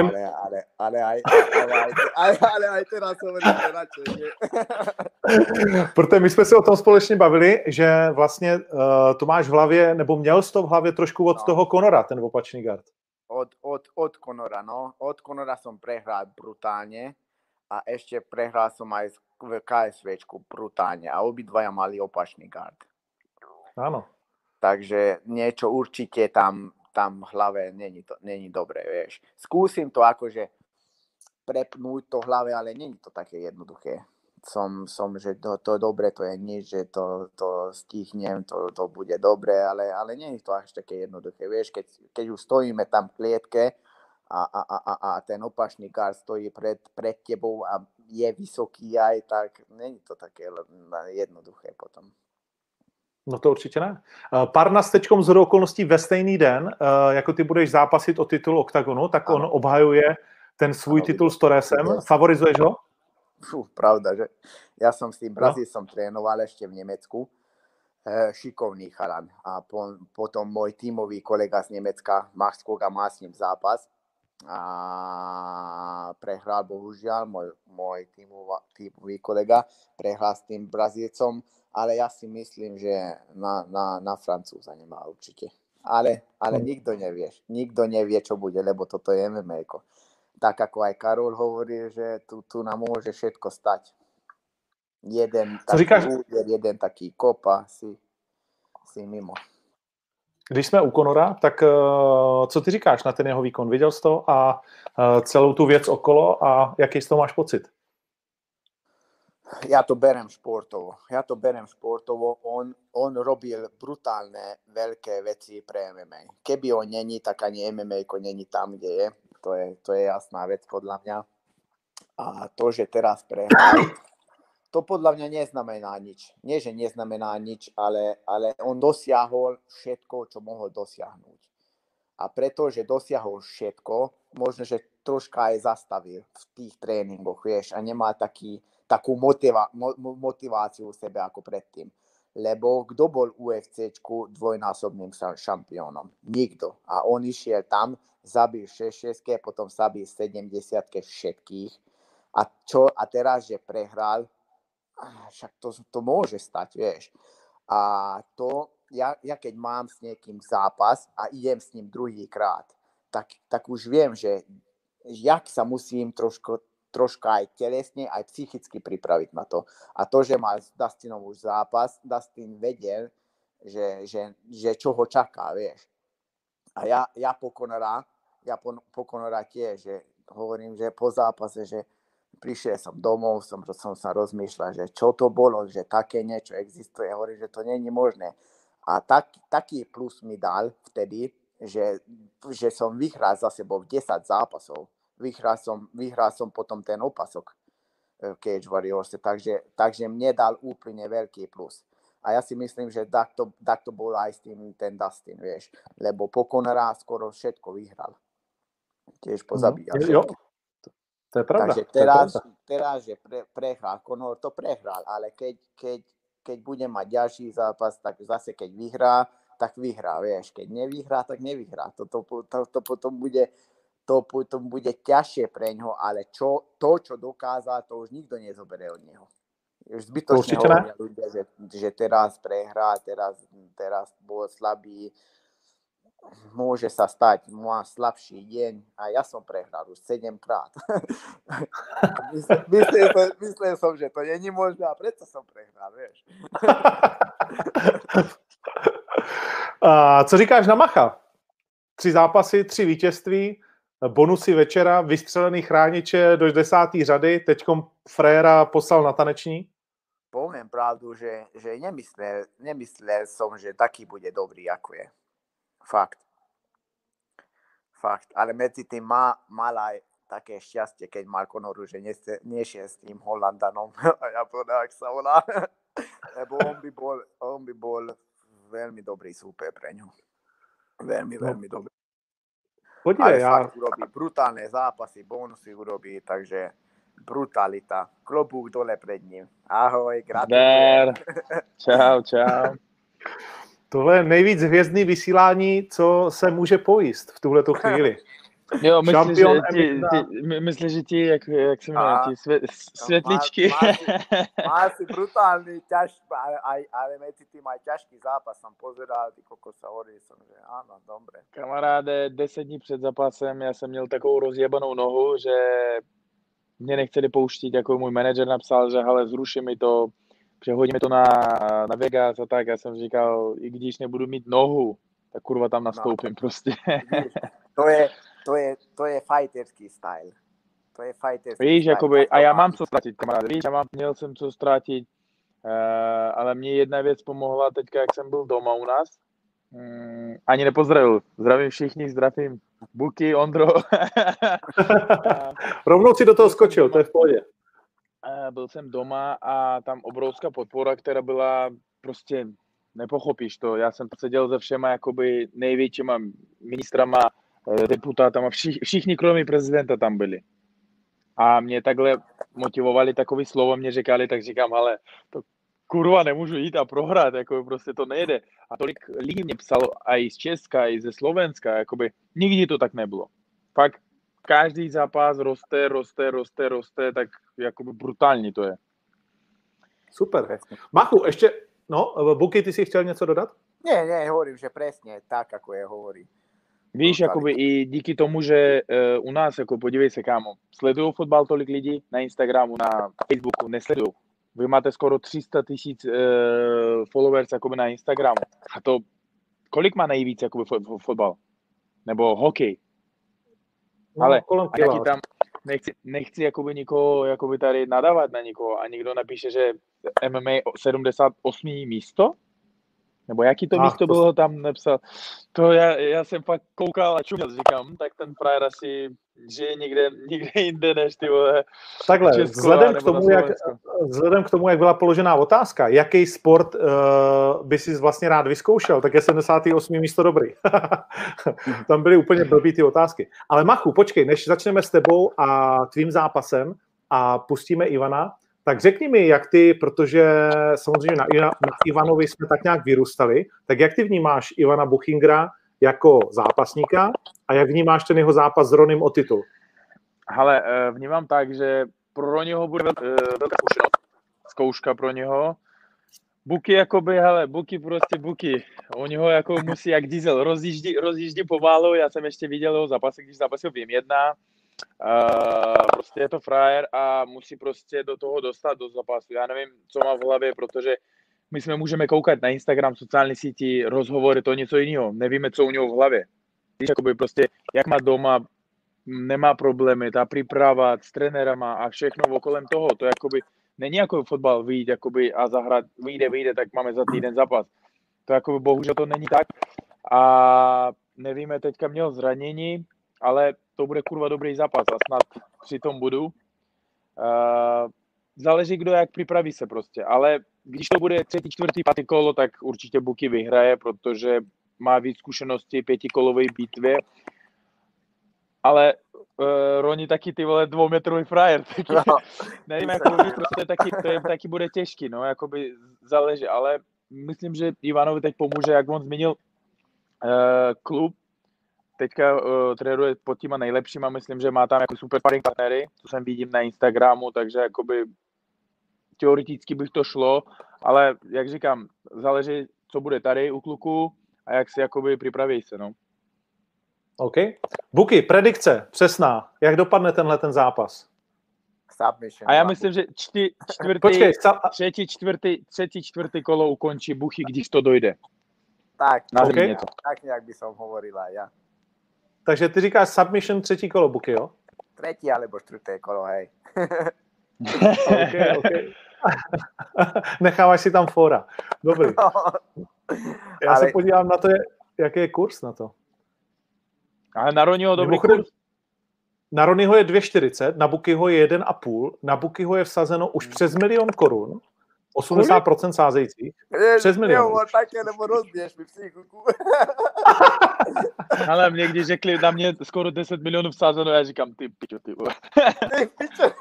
[SPEAKER 5] aj teraz som veľmi radšej.
[SPEAKER 3] Protože my jsme se o tom společně bavili, že vlastně to máš v hlavě, nebo měl jsi to v hlavě trošku od toho Conora, ten opačný gard.
[SPEAKER 5] Od Conora, no. Od Conora som prehral brutálne a ešte prehral som aj v KSVčku brutálne a obidvaja mali opačný gard.
[SPEAKER 3] Áno.
[SPEAKER 5] Takže niečo určite tam v hlave není dobré, vieš. Skúsim to akože prepnúť to v hlave, ale není to také jednoduché. Že to dobre, to je nič, že to stihnem, to bude dobre, ale není to až také jednoduché, vieš. Keď už stojíme tam v klietke a ten opačný gard stojí pred tebou a je vysoký aj, tak není to také jednoduché potom.
[SPEAKER 3] No to určitě ne. Parna s teďkom shodou okolností ve stejný den, jako ty budeš zápasit o titul Oktagonu, tak on obhajuje ten svůj titul s Torresem. Favorizuješ ho?
[SPEAKER 5] Pravda, že? Ja som s tým Brazílcom trénoval ešte v Nemecku. Šikovný chalan. A potom môj tímový kolega z Nemecka, Max Koga, má s ním zápas. A prehral, bohužiaľ, môj tímový kolega prehral s tým Brazílcom. Ale ja si myslím, že na Francúza nemá určite. Ale nikto nevie. Nikto nevie, čo bude, lebo toto je MMA-ko. Tak ako aj Karol hovorí, že tu nám môže všetko stať. Jeden taký úder, jeden taký kopa, si mimo.
[SPEAKER 3] Když jsme u Conora, tak co ty říkáš na ten jeho výkon? Viděl jsi to a celou tu věc okolo a jaký z toho máš pocit?
[SPEAKER 5] Ja to berem športovo. On robil brutálne veľké veci pre MMA. Keby on není, tak ani MMA-ko není tam, kde je. To je jasná vec podľa mňa. A to, že teraz prehral, to podľa mňa neznamená nič. Nie, že neznamená nič, ale on dosiahol všetko, čo mohol dosiahnuť. A pretože dosiahol všetko, možno, že troška aj zastavil v tých tréningoch, vieš, a nemá takú motiváciu v sebe ako predtým. Lebo kto bol UFCčku dvojnásobným šampiónom? Nikto. A on išiel tam, zabil 6-6, potom zabil 70 všetkých. A teraz, že prehral, však to môže stať, vieš. A to, ja keď mám s niekým zápas a idem s ním druhýkrát, tak už viem, že jak sa musím troška aj telesne, aj psychicky pripraviť na to. A to, že mal s Dustinom už zápas, Dustin vedel, že čo ho čaká, vieš. A ja po Conora tiež, že hovorím, že po zápase, že prišiel som domov, som sa rozmýšľal, že čo to bolo, že také niečo existuje. Hovorím, že to nie je možné. A taký plus mi dal vtedy, že som vyhral za sebou 10 zápasov. Vyhral som potom ten opasok Cage Warriors, takže mne dal úplne veľký plus. A ja si myslím, že takto bol aj s tým ten Dustin, vieš. Lebo po Conora skoro všetko vyhral. Tiež pozabíjal všetko.
[SPEAKER 3] To je pravda.
[SPEAKER 5] Takže teraz že prehral Conor, to prehral, ale keď bude mať ďalší zápas, tak zase keď vyhrá, tak vyhrá, vieš. Keď nevyhrá, tak nevyhrá. To potom bude ťažšie pre ňoho, ale čo dokázal, to už nikto nezoberie od neho. Už zbytočne hovoria ľudia, že teraz prehrá, teraz bol slabý. môže sa stať, má slabší deň a ja som prehral už 7-krát. Myslel som, že to není možné a preto som prehral, vieš.
[SPEAKER 3] A co říkáš na Macha? 3 zápasy, 3 vítězství, bonusy večera, vystřelený chrániče do 10. řady, teďkom Frejera poslal na taneční.
[SPEAKER 5] Poviem pravdu, že nemyslel som, že taký bude dobrý, ako je. Fakt. Ale medzi tým mal aj také šťastie, keď mal Konoru, že nešiel s tým Holandanom. A ja povedal, ak sa volá. Lebo on by bol veľmi dobrý súper pre ňu. Veľmi dobrý.
[SPEAKER 3] Podívej,
[SPEAKER 5] ale fakt urobí brutálne zápasy, bonusy urobí, takže brutalita. Klobúk dole pred ním. Ahoj, gratulujem.
[SPEAKER 7] Čau.
[SPEAKER 3] Tohle je nejvíc hvězdný vysílání, co se může pojíst v tuhletu chvíli.
[SPEAKER 7] Jo, myslíš, že ti, jak se jmenuje, ti světličky.
[SPEAKER 5] Má si brutálny, ale medzi tým aj ťažký zápas. Som pozeral, ty kokos, hovorí som, že áno, dobre.
[SPEAKER 7] Kamaráde, 10 dní před zápasem já jsem měl takovou rozjebanou nohu, že mě nechceli pouštět, jako můj manažer napsal, že hele, zruši mi to, přehodíme to na Vegas a tak. Já jsem říkal, i když nebudu mít nohu, tak kurva tam nastoupím prostě.
[SPEAKER 5] To je fighterský style. To je fighterský
[SPEAKER 7] víš,
[SPEAKER 5] style.
[SPEAKER 7] Jakoby, a já mám co ztratit, kamaráde. Víš, měl jsem co ztratit, ale mě jedna věc pomohla teďka, jak jsem byl doma u nás. Ani nepozdravil. Zdravím všichni, zdravím Buky, Ondro.
[SPEAKER 3] Rovnou si do toho skočil, to je v pohodě.
[SPEAKER 7] Byl jsem doma a tam obrovská podpora, která byla prostě, nepochopíš to. Já jsem seděl se všema jakoby největšíma ministrama, deputátama, všichni kromě prezidenta tam byli. A mě takhle motivovali, takový slovo mě říkali, tak říkám, ale to kurva nemůžu jít a prohrát, jako prostě to nejde. A tolik lidí mě psalo i z Česka, i ze Slovenska, jakoby nikdy to tak nebylo. Fakt každý zápas roste, tak jakoby brutálně to je.
[SPEAKER 3] Super. Machu, ještě, Buky, ty si chtěl něco dodat?
[SPEAKER 5] Nie, hovorím, že presne tak, ako je hovorí.
[SPEAKER 7] Víš, jakoby i díky tomu, že u nás, jako podívej se, kámo, sledují fotbal tolik lidí na Instagramu, na Facebooku, nesledují. Vy máte skoro 300 000 followers jakoby na Instagramu. A to, kolik má nejvíc jakoby fotbal? Nebo hokej?
[SPEAKER 3] No,
[SPEAKER 7] ale taky tam nechci jakoby nikoho jakoby tady nadávat na nikoho a někdo napíše, že MMA 78. místo? Nebo jaký to místo bylo, tam nepsal. To já jsem fakt koukal a čuměl, říkám, tak ten frajer asi žije někde jinde než ty vole.
[SPEAKER 3] Takhle, vzhledem k tomu, jak byla položená otázka, jaký sport by si vlastně rád vyzkoušel, tak je 78. místo dobrý. Tam byly úplně blbý ty otázky. Ale Machu, počkej, než začneme s tebou a tvým zápasem a pustíme Ivana, tak řekni mi, jak ty, protože samozřejmě na Ivanovi jsme tak nějak vyrůstali, tak jak ty vnímáš Ivana Buchingera jako zápasníka a jak vnímáš ten jeho zápas s Ronym o titul?
[SPEAKER 7] Hele, vnímám tak, že pro Ronyho bude velká zkouška pro něho. Buky jakoby, hele, Buky. On ho jako musí jak diesel rozjíždí pomalu. Já jsem ještě viděl jeho zápasy, když zápasil v 1. Prostě je to frajer a musí prostě do toho dostat do zápasu. Já nevím, co má v hlavě, protože my jsme můžeme koukat na Instagram, sociální síti, rozhovory, to něco jiného. Nevíme, co u něho v hlavě. Víš, jakoby prostě, jak má doma, nemá problémy, ta příprava s trenérama a všechno okolem toho. To jakoby není jako fotbal vyjít jakoby a zahrát, vyjde, tak máme za týden zápas. To jakoby bohužel to není tak. A nevíme, teďka měl zranění, ale to bude kurva dobrý zápas a snad při tom budu. Záleží, kdo jak připraví se prostě, ale když to bude 3., 4., 5. kolo, tak určitě Buky vyhraje, protože má víc zkušeností 5kolové bitvě. Ale Roni taky ty vole 2metrový frajer, taky, nevím, jako prostě taky bude těžký, no, jakoby záleží, ale myslím, že Ivanovi teď pomůže, jak on zmínil klub, teďka trénuje pod těma nejlepšíma, myslím, že má tam jako super sparring partnery, co jsem vidím na Instagramu, takže jakoby teoreticky bych to šlo, ale jak říkám, záleží, co bude tady u kluku a jak si jakoby připraví se, no.
[SPEAKER 3] OK. Buky, predikce, přesná. Jak dopadne ten zápas?
[SPEAKER 5] Submission.
[SPEAKER 7] A já myslím, že
[SPEAKER 3] Počkej,
[SPEAKER 7] třetí, čtvrtý kolo ukončí Buchy, když to dojde.
[SPEAKER 5] Tak,
[SPEAKER 7] Na
[SPEAKER 3] OK.
[SPEAKER 7] něco.
[SPEAKER 5] tak nějak by som hovorila ja.
[SPEAKER 3] Takže ty říkáš submission třetí kolo, Buky, jo?
[SPEAKER 5] Tretí alebo štvrté kolo, hej.
[SPEAKER 3] OK. Necháváš si tam fóra. Dobrý. Já se podívám na to, jaký je kurz na to.
[SPEAKER 7] Ale na Ronnieho dobrý
[SPEAKER 3] Mimochodem,
[SPEAKER 7] kurz.
[SPEAKER 3] Na Ronnieho je 2,40, na Bukyho je 1,5, na Bukyho je vsazeno už přes 1 000 000 korun, 80% sázejících. Přes milion.
[SPEAKER 5] Jo, také, nebo rozbiješ mi psychiku.
[SPEAKER 7] Ale mě když řekli na mě skoro 10 milionů vsázeno, já říkám, ty pičo, ty vole.
[SPEAKER 5] Ty pičo.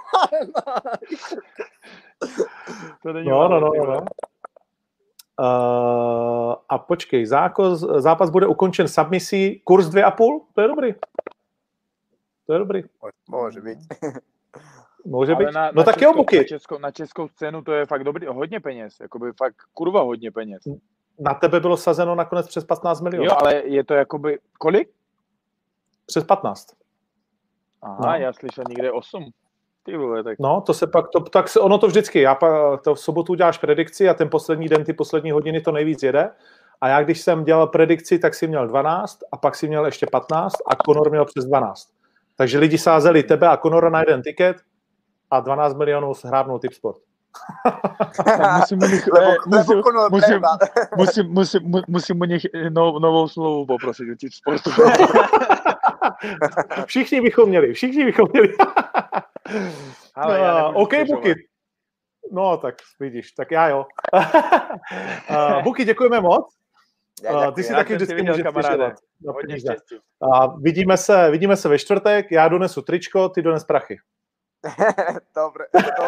[SPEAKER 7] To není
[SPEAKER 3] No. A počkej, zápas bude ukončen submisí, kurz 2,5, to je dobrý.
[SPEAKER 5] Môže byť.
[SPEAKER 3] Může být.
[SPEAKER 7] Ale
[SPEAKER 3] No tak jo, Buky.
[SPEAKER 7] Na českou scénu to je fakt dobrý, hodně peněz, jakoby fakt kurva hodně peněz.
[SPEAKER 3] Na tebe bylo sazeno nakonec přes 15 milionů.
[SPEAKER 7] Jo, ale je to jakoby, kolik?
[SPEAKER 3] Přes 15.
[SPEAKER 7] Aha,
[SPEAKER 3] No.
[SPEAKER 7] já slyšel někde 8. Ty vole, tak.
[SPEAKER 3] No, to se pak, ono to vždycky, to v sobotu uděláš predikci a ten poslední den, ty poslední hodiny to nejvíc jede. A já, když jsem dělal predikci, tak si měl 12 a pak si měl ještě 15 a Conor měl přes 12. Takže lidi sázeli tebe a Conora na jeden tiket a 12 milionů hrábnul Tipsport.
[SPEAKER 7] Tak musím u nich novou slovu poprosit u Tipsportu.
[SPEAKER 3] Všichni bychom měli.
[SPEAKER 7] Ale já nemůžu
[SPEAKER 3] OK,
[SPEAKER 7] stěžovat.
[SPEAKER 3] Buky. No, tak vidíš, tak já jo. Buky, děkujeme moc. Ty si
[SPEAKER 7] Já
[SPEAKER 3] taky
[SPEAKER 7] jsem
[SPEAKER 3] vždycky
[SPEAKER 7] tě viděl,
[SPEAKER 3] můžeš
[SPEAKER 7] kamaráde.
[SPEAKER 3] těšovat.
[SPEAKER 7] Hodně štěstí.
[SPEAKER 3] Vidíme se ve čtvrtek, já donesu tričko, ty dones prachy.
[SPEAKER 5] Dobre.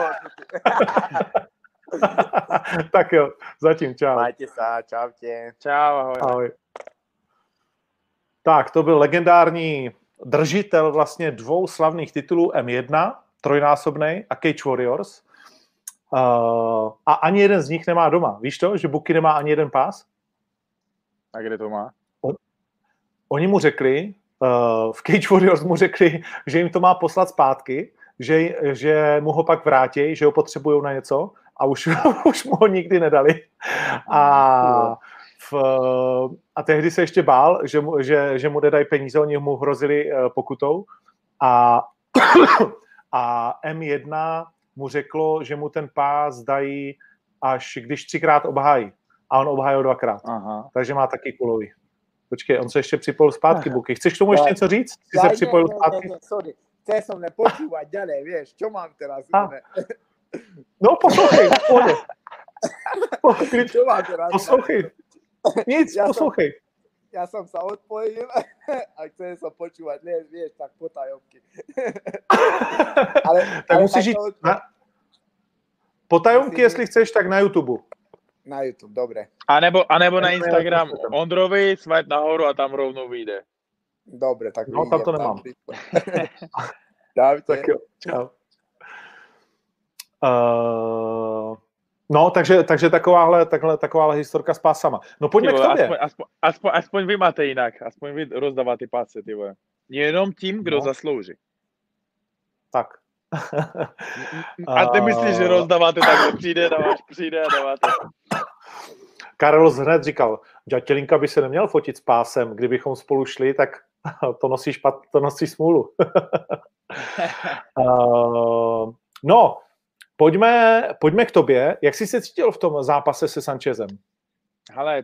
[SPEAKER 3] Tak jo, zatím, čau.
[SPEAKER 5] Majte sa, čaute.
[SPEAKER 7] Čau, ahoj.
[SPEAKER 3] Ahoj. Tak, to byl legendární držitel vlastně 2 slavných titulů M1, trojnásobnej a Cage Warriors. A ani jeden z nich nemá doma. Víš to, že Buky nemá ani jeden pás?
[SPEAKER 7] A kde to má?
[SPEAKER 3] Oni mu řekli, v Cage Warriors mu řekli, že jim to má poslat zpátky, že mu ho pak vrátí, že ho potřebují na něco a už mu ho nikdy nedali. A tehdy se ještě bál, že mu nedají peníze, oni mu hrozili pokutou a M1 mu řeklo, že mu ten pás dají až když 3krát obhájí. A on obhájil 2krát.
[SPEAKER 7] Aha.
[SPEAKER 3] Takže má taky kulový. Počkej, on se ještě připojil zpátky, Buky. Chceš k tomu ještě něco říct? Jsi se připojil zpátky?
[SPEAKER 5] Sorry. Chcel som nepočúvať ďalej, vieš, čo mám teraz?
[SPEAKER 3] No, poslouchej, pohodě.
[SPEAKER 5] Čo mám teraz?
[SPEAKER 3] Poslouchej. Nic, poslouchej.
[SPEAKER 5] Ja som sa odpojil a chcel som počúvať, vieš, tak potajomky.
[SPEAKER 3] Tak musíš jít potajomky, jestli chceš, tak na YouTube.
[SPEAKER 5] Na YouTube, dobre.
[SPEAKER 7] A nebo na Instagram Ondrovi, swipe nahoru a tam rovnou vyjde.
[SPEAKER 5] Dobre, tak
[SPEAKER 3] no, tam to nemám.
[SPEAKER 5] Čaute.
[SPEAKER 3] Tak jo, čau. No, takže takováhle historka s pásama. No pojďme k tobě.
[SPEAKER 7] Aspoň vy máte jinak. Aspoň vy rozdáváte pásy, ty vole. Jenom tím, kdo zaslouží.
[SPEAKER 3] Tak.
[SPEAKER 7] A ty myslíš, že rozdáváte tak, přijde a dáváte.
[SPEAKER 3] Karel hned říkal, Ďatelinka by se neměl fotit s pásem, kdybychom spolu šli, tak to nosí smůlu. No, pojďme k tobě. Jak jsi se cítil v tom zápase se Sanchezem?
[SPEAKER 7] Hele,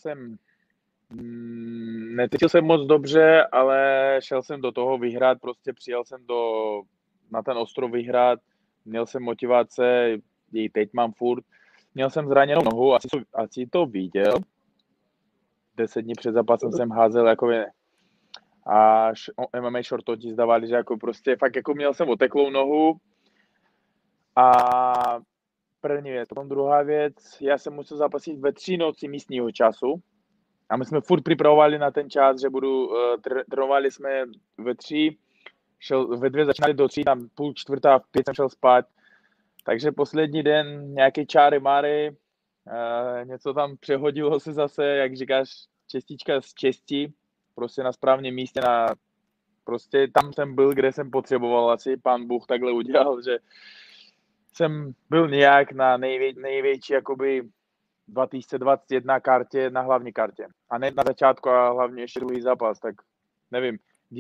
[SPEAKER 7] necítil jsem moc dobře, ale šel jsem do toho vyhrát, prostě přijel jsem na ten ostrov vyhrát, měl jsem motivace, ji teď mám furt, měl jsem zraněnou nohu, asi to viděl, 10 dní před zápasem jsem házel jako a MMA shortoti zdávali, že jako prostě fakt jako měl jsem oteklou nohu a první věc. Potom druhá věc, já jsem musel zápasit ve 3 noci místního času a my jsme furt připravovali na ten čas, že trénovali jsme ve 3, ve 2 začínali do 3, tam 3:30, v 5 jsem šel spát, takže poslední den nějaké čáry máry, něco tam přehodilo se zase, jak říkáš, čestička z česti prostě na správném místě, prostě tam jsem byl, kde jsem potřeboval, asi pán Bůh takhle udělal, že jsem byl nějak na největší jakoby 2021 kartě, na hlavní kartě. A ne na začátku a hlavně ještě druhý zápas, tak nevím.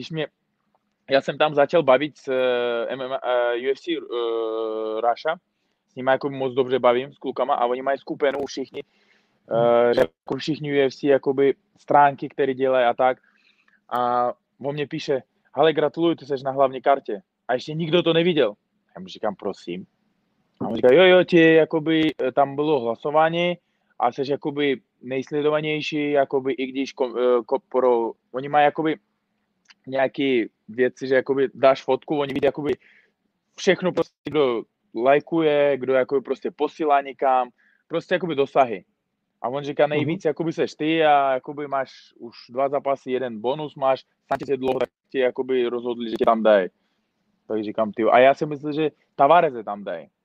[SPEAKER 7] Já jsem tam začal bavit s UFC Russia, s nimi jako moc dobře bavím, s klukama a oni mají skupinu všichni, jako všichni UFC jakoby stránky, které dělají a tak. A on mě píše, hele, gratuluju, ty jsi na hlavní kartě. A ještě nikdo to neviděl. Já mu říkám, prosím. A on říká, jo, ti jakoby tam bylo hlasování a jsi jakoby nejsledovanější, jakoby i když oni mají jakoby nějaké věci, že jakoby dáš fotku, oni vidí jakoby všechno prostě, kdo lajkuje, kdo jakoby prostě posílá někam, prostě jakoby dosahy. A on říká, nejvíc jakoby seš ty a jakoby máš už 2 zápasy, 1 bonus máš, stále dlouho, tak ti jakoby rozhodli, že tě tam dají. Tak říkám, ty. A já si myslím, že Tavares je tam dají.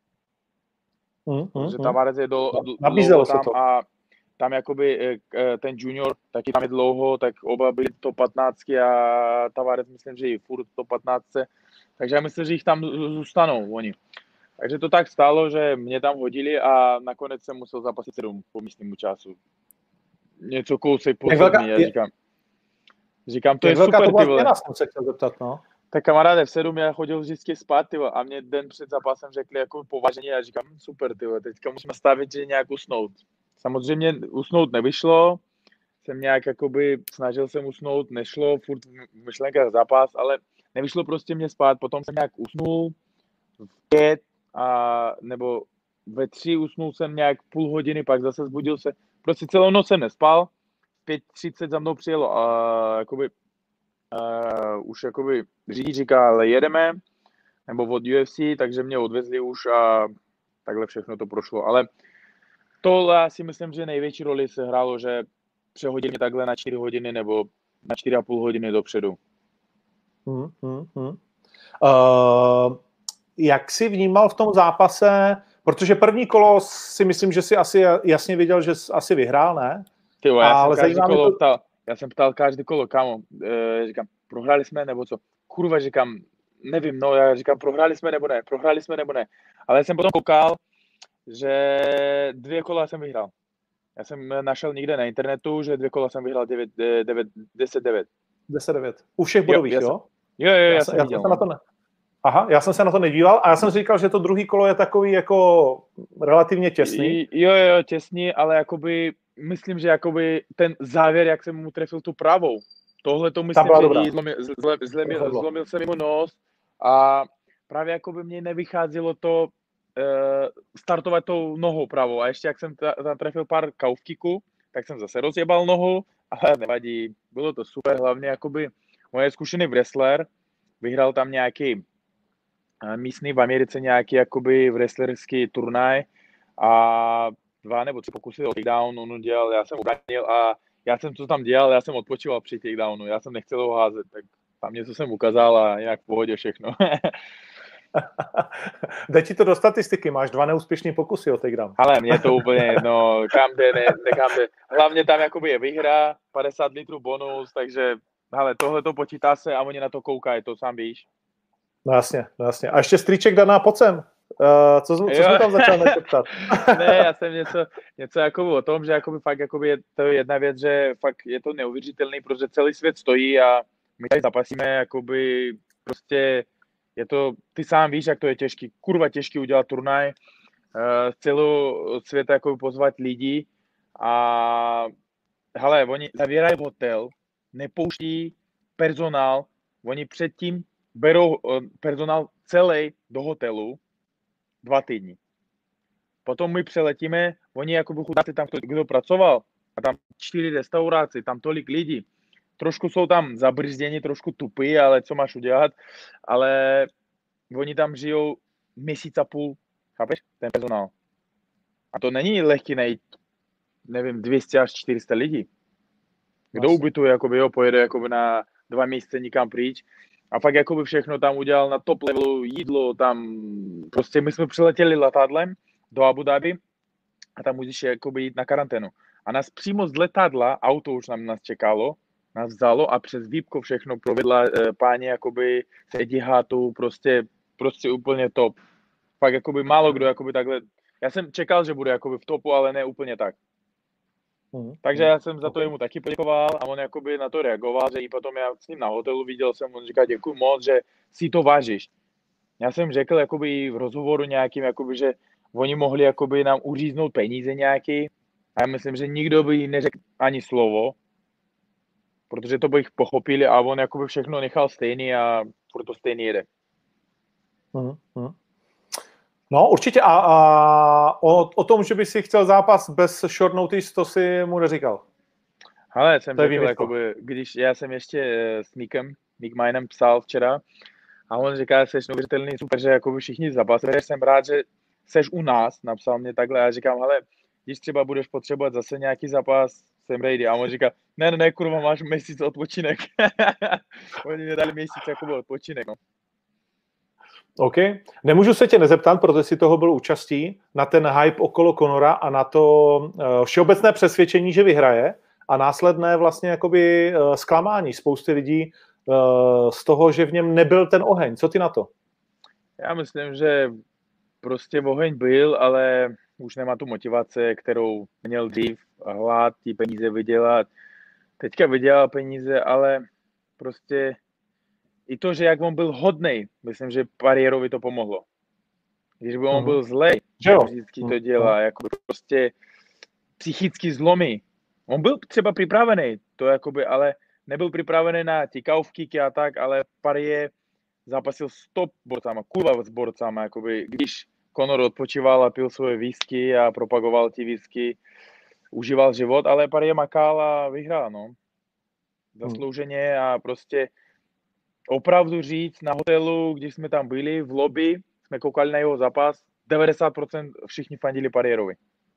[SPEAKER 7] Že Tavares je dlouho tam a tam jakoby ten junior taky tam je dlouho, tak oba byli top 15 a Tavares myslím, že je furt top 15. Takže já myslím, že jich tam zůstanou oni. Takže to tak stalo, že mě tam hodili a nakonec jsem musel zapasit 7 po místnímu času. Něco kousek po sedmi, říkám, to je super, ty vole.
[SPEAKER 3] Jsem se chtěl zeptat, no.
[SPEAKER 7] Tak kamaráde, v 7 já chodil vždycky spát, ty vole, a mě den před zápasem řekli jako považení a říkám, super, ty vole, teďka musíme stavit, že nějak usnout. Samozřejmě usnout nevyšlo, jsem nějak jakoby snažil jsem usnout, nešlo, furt v myšlenkách zápas, ale nevyšlo prostě mě spát, potom jsem nějak usnul v 5 nebo ve 3 usnul jsem nějak půl hodiny, pak zase zbudil se, prostě celou noc jsem nespal, 5:30 za mnou přijelo a jakoby už jakoby řidič říká, ale jedeme, nebo od UFC, takže mě odvezli už a takhle všechno to prošlo, ale tohle já si myslím, že největší roli se hrálo, že přehodili mě takhle na 4 hodiny nebo na 4,5 hodiny dopředu.
[SPEAKER 3] Jak jsi vnímal v tom zápase, protože první kolo si myslím, že si asi jasně viděl, že jsi asi vyhrál, ne?
[SPEAKER 7] Tyjo, já jsem ptal každý kolo, kámo, říkám, prohráli jsme nebo co? Kurva, říkám, nevím, no, já říkám, prohráli jsme nebo ne. Ale jsem potom koukal, že 2 kola jsem vyhrál. Já jsem našel někde na internetu, že 2 kola jsem vyhrál 10-9.
[SPEAKER 3] 10-9. U všech bodových, jo?
[SPEAKER 7] Jo, já jsem viděl.
[SPEAKER 3] Aha, já jsem se na to nedíval a já jsem říkal, že to druhý kolo je takový jako relativně těsný.
[SPEAKER 7] Jo, těsný, ale jakoby myslím, že jakoby ten závěr, jak jsem mu trefil tu pravou, tohle to myslím, že zlomil jsem mu nos a právě jakoby mě nevycházelo to startovat tou nohou pravou a ještě jak jsem tam trefil pár kaufkiků, tak jsem zase rozjebal nohu, ale nevadí, bylo to super, hlavně jakoby moje zkušený wrestler, vyhrál tam nějaký místní v Americe nějaký jakoby wrestlerský turnaj a 2 nebo 3 pokusy o takedown on udělal, já jsem ubránil a já jsem to tam dělal, já jsem odpočíval při takedownu, já jsem nechtěl ho házet, tak tam něco jsem ukázal a nějak v pohodě všechno.
[SPEAKER 3] Jde ti to do statistiky, máš 2 neúspěšné pokusy o takedown.
[SPEAKER 7] Ale mě to úplně jedno, kam jde, nekam jde. Hlavně tam jakoby je výhra, 50 litrů bonus, takže hele, tohle to počítá se a oni na to koukají, to sám víš.
[SPEAKER 3] No jasně. A ještě strýček Daná Pocem. Co jsi tam začal neptat?
[SPEAKER 7] Ne, já jsem něco jako o tom, že jakoby fakt jakoby je to jedna věc, že fakt je to neuvěřitelný, protože celý svět stojí a my tady zapasíme, jakoby prostě je to, ty sám víš, jak to je těžký, kurva těžký udělat turnaj, z celého světa jakoby pozvat lidi a hele, oni zavírají hotel, nepouští personál, oni předtím berou personál celý do hotelu 2 týdny. Potom my přeletíme, oni jakoby chudáci tam, kdo pracoval, a tam 4 restaurace, tam tolik lidí. Trošku jsou tam zabrzděni, trošku tupí, ale co máš udělat, ale oni tam žijou 1,5 měsíce, chápeš, ten personál. A to není lehký najít, nevím, 200 až 400 lidí. Kdo ubytuje, jakoby, jo, pojede jakoby na 2 měsíce nikam pryč. A fakt jakoby všechno tam udělal na top levelu, jídlo tam, prostě my jsme přiletěli letadlem do Abu Dhabi a tam musíš jakoby jít na karanténu. A nás přímo z letadla, auto už nás čekalo, nás vzalo a přes výpko všechno provedla páni jakoby z Etihadu, prostě úplně top. Fakt jakoby málo kdo jakoby takhle, já jsem čekal, že bude jakoby v topu, ale ne úplně tak. Takže já jsem za to jemu taky poděkoval a on jakoby na to reagoval, že i potom já s ním na hotelu viděl jsem, on říká děkuji moc, že si to vážíš. Já jsem řekl jakoby v rozhovoru nějakým, jakoby, že oni mohli jakoby nám uříznout peníze nějaký a já myslím, že nikdo by neřekl ani slovo, protože to by jich pochopili a on jakoby všechno nechal stejný a furt to stejný jede.
[SPEAKER 3] No určitě a o tom, že by si chtěl zápas bez short notice, to si mu neříkal.
[SPEAKER 7] Ale jsem řekl, jakoby, když já jsem ještě s Nick Minem psal včera a on říká, že jsi neuvěřitelný, super, že jakoby všichni zápasy, jsem rád, že seš u nás, napsal mě takhle a já říkám, hele, když třeba budeš potřebovat zase nějaký zápas, jsem ready. A on říká, ne, kurva, máš měsíc odpočinek. Oni mi dali měsíc jakoby odpočinek, no.
[SPEAKER 3] OK. Nemůžu se tě nezeptat, protože si toho byl účastí, na ten hype okolo Conora a na to všeobecné přesvědčení, že vyhraje a následné vlastně jakoby zklamání spousty lidí z toho, že v něm nebyl ten oheň. Co ty na to?
[SPEAKER 7] Já myslím, že prostě oheň byl, ale už nemá tu motivace, kterou měl dřív, hlad, ty peníze vydělat. Teďka vydělal peníze, ale prostě i to, že jak on byl hodnej, myslím, že Parierovi to pomohlo. Když by on byl zlej, vždycky to dělá, jako prostě psychicky zlomy. On byl třeba připravený, to jakoby, ale nebyl připravený na ty kaufkiky a tak, ale Parier zápasil s top borcama, kurva s borcama, jakoby, když Conor odpočíval a pil svoje whisky a propagoval ty whisky, užíval život, ale Parier makal a vyhrál, no. Zaslouženě a prostě opravdu říct na hotelu, když jsme tam byli v lobby, jsme koukali na jeho zápas, 90% všichni fandili Parierovi.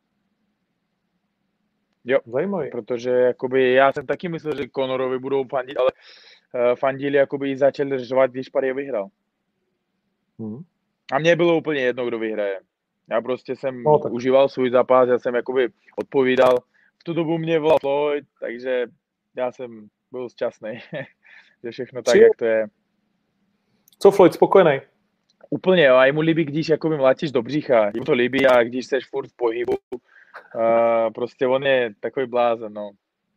[SPEAKER 7] Jo,
[SPEAKER 3] zajímavý.
[SPEAKER 7] Protože jakoby, já jsem taky myslel, že Conorovi budou fandit, ale fandili jakoby i začali řvat, když Parier vyhrál. A mně bylo úplně jedno, kdo vyhraje. Já prostě jsem užíval svůj zápas, já jsem jakoby odpovídal. V tu dobu mě volal Floyd, takže já jsem byl šťastný. Že všechno tak, jak to je.
[SPEAKER 3] Co Floyd, spokojený?
[SPEAKER 7] Úplně, jo, a jemu líbí, když jakoby mlátíš do břicha. Jemu to líbí a když seš furt v pohybu, prostě on je takový blázen, no.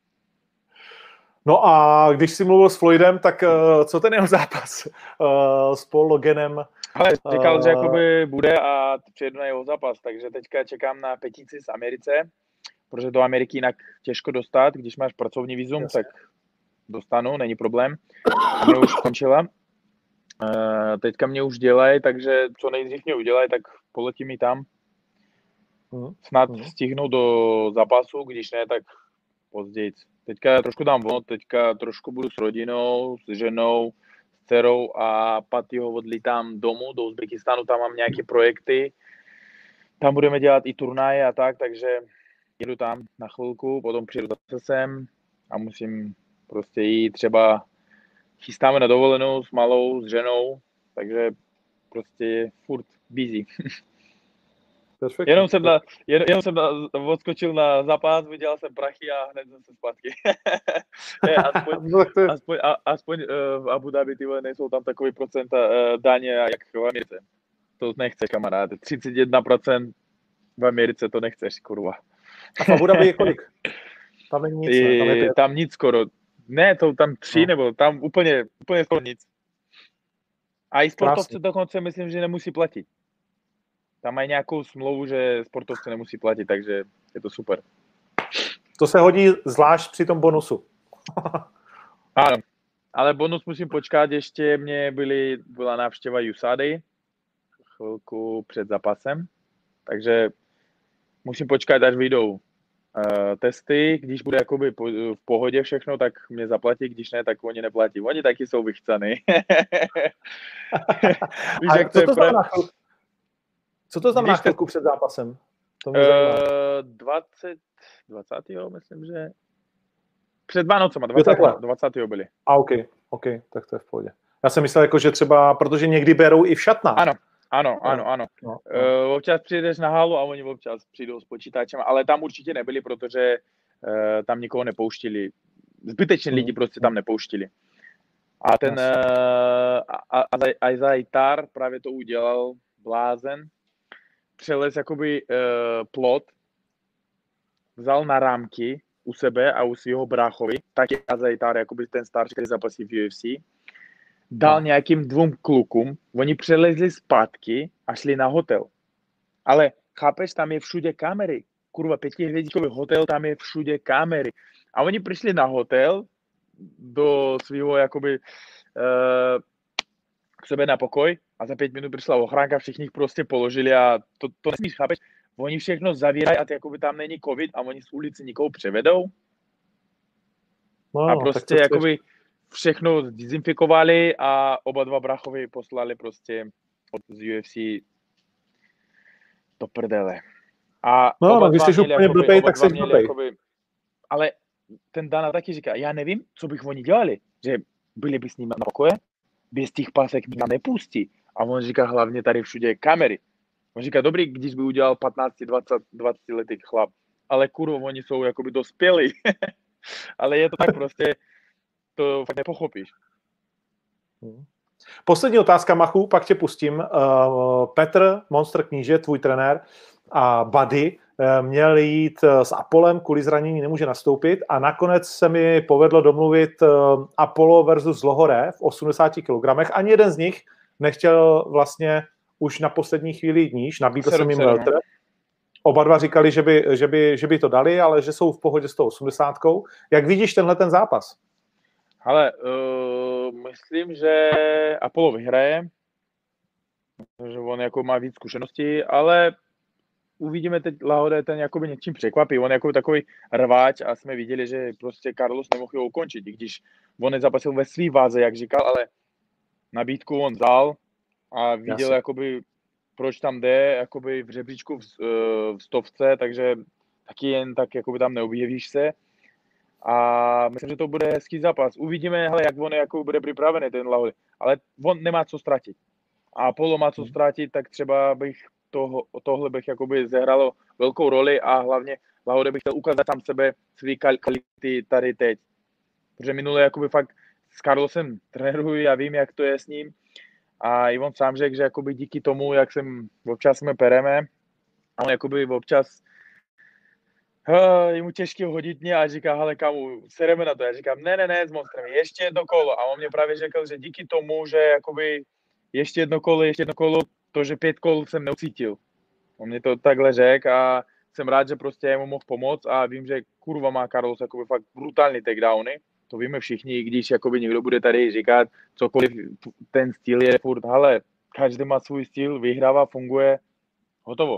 [SPEAKER 3] No a když jsi mluvil s Floydem, tak co ten jeho zápas s Paul Loganem?
[SPEAKER 7] Ale říkal, že jakoby bude a přijedu na jeho zápas, takže teďka čekám na petici z Americe, protože do Ameriky jinak těžko dostat, když máš pracovní vízum,
[SPEAKER 3] jasně,
[SPEAKER 7] tak dostanu, není problém. Mě už skončila. Teďka mě už dělají, takže co nejdřív mě udělají, tak poletím i tam. Snad stihnu do zápasu, když ne, tak později. Teďka trošku dám von, teďka trošku budu s rodinou, s ženou, s dcerou a Patyho odlítám domů do Uzbekistánu, tam mám nějaké projekty. Tam budeme dělat i turnaje a tak, takže jedu tam na chvilku, potom přijedu zase sem a musím prostě jít, třeba chystáme na dovolenou s malou, s ženou, takže prostě furt busy. Jenom jsem odskočil na zápas, viděl jsem prachy a hned jsem se zpátky. aspoň v Abu Dhabi ty nejsou tam takový procenta daně, jak v Americe. To nechceš, kamarád. 31% v Americe to nechceš, kurva.
[SPEAKER 3] A v Abu Dhabi je kolik? Tam není nic.
[SPEAKER 7] Tam nic skoro. Ne, to tam 3, nebo tam úplně skoro nic. A i sportovci dokonce myslím, že nemusí platit. Tam mají nějakou smlouvu, že sportovci nemusí platit, takže je to super.
[SPEAKER 3] To se hodí zvlášť při tom bonusu.
[SPEAKER 7] Ano, ale bonus musím počkat, ještě byla návštěva USADA chvilku před zápasem, takže musím počkat, až vyjdou testy, když bude jakoby v pohodě všechno, tak mě zaplatí, když ne, tak oni neplatí. Oni taky jsou vychcaný.
[SPEAKER 3] Víš, jak to znamená? Co to znamená chvilku před zápasem? To
[SPEAKER 7] 20. myslím, že před Vánocema, 20. byli.
[SPEAKER 3] A OK, tak to je v pohodě. Já jsem myslel, jako, že třeba, protože někdy berou i v šatnách.
[SPEAKER 7] Ano. No. Občas přijdeš na halu a oni občas přijdou s počítačem, ale tam určitě nebyli, protože tam nikoho nepouštili. Zbytečně lidi prostě tam nepouštili. A ten Isaiah Tar právě to udělal, blázen. Přelez jakoby plot, vzal na rámky u sebe a u svého bráchovi, taky Isaiah Tar, jakoby ten starší, který zapasí v UFC, dal nějakým 2 klukům, oni přelezli zpátky a šli na hotel. Ale chápeš, tam je všude kamery. Kurva, 5hvězdičkový hotel, tam je všude kamery. A oni přišli na hotel do svého jakoby k sebe na pokoj a za 5 minut přišla ochránka, všichni prostě položili a to nesmíš, chápeš? Oni všechno zavírají a jakoby tam není covid a oni z ulici nikoho převedou. A prostě jakoby všechno dezinfikovali a oba dva brachovi poslali prostě z UFC do prdele. A
[SPEAKER 3] když jsi úplně blbej, tak jsi blbej.
[SPEAKER 7] Ale ten Dana taky říká, já nevím, co bych oni dělali, že byli by s ním na pokoje, bez těch pásek mě nepustí. A on říká, hlavně tady všude je kamery. On říká, dobrý, když by udělal 15-20 letý chlap, ale kurva, oni jsou jakoby dospělí. Ale je to tak prostě, to fakt nepochopíš.
[SPEAKER 3] Poslední otázka, Machu, pak tě pustím. Petr, Monster Kníže, tvůj trenér a buddy, měl jít s Apolem, kvůli zranění nemůže nastoupit a nakonec se mi povedlo domluvit Apollo versus Lohoré v 80 kg. Ani jeden z nich nechtěl vlastně už na poslední chvíli jít níž, nabídl jsem jim welter. Oba dva říkali, že by to dali, ale že jsou v pohodě s tou 80. Jak vidíš tenhle ten zápas?
[SPEAKER 7] Ale myslím, že Apollo vyhraje, že on jako má víc zkušeností, ale uvidíme teď, Lahore ten jakoby něčím překvapí. On jako takový rváč a jsme viděli, že prostě Carlos nemohl ho ukončit, i když on nezapasil ve svý váze, jak říkal, ale nabídku on vzal a viděl jakoby, proč tam jde, jakoby v žebříčku v 100, takže taky jen tak jakoby tam neobjevíš se. A myslím, že to bude hezký zápas. Uvidíme, hele, jak on jako bude připravený, ten Lahore. Ale on nemá co ztratit. A Apollo má co ztratit, tak třeba bych tohle bych jakoby zehralo velkou roli a hlavně Lahore bych chtěl ukázat tam sebe svý kvality tady teď. Protože minule jakoby fakt s Carlosem trénuji a vím, jak to je s ním. A i on sám řekl, že jakoby díky tomu, jak občas jsme pereme, a on jakoby občas je mu těžké hodit mě a říká, hele kamu, sereme na to. Já říkám, ne, s Monstrem, ještě jedno kolo. A on mě právě řekl, že díky tomu, že jakoby ještě jedno kolo, to, že 5 kol jsem neucítil. On mě to takhle řekl a jsem rád, že prostě mu mohl pomoct a vím, že kurva má Carlos jakoby fakt brutální takedowny. To víme všichni, když jakoby někdo bude tady říkat cokoliv, ten styl je furt, hele, každý má svůj styl, vyhrává, funguje, hotovo.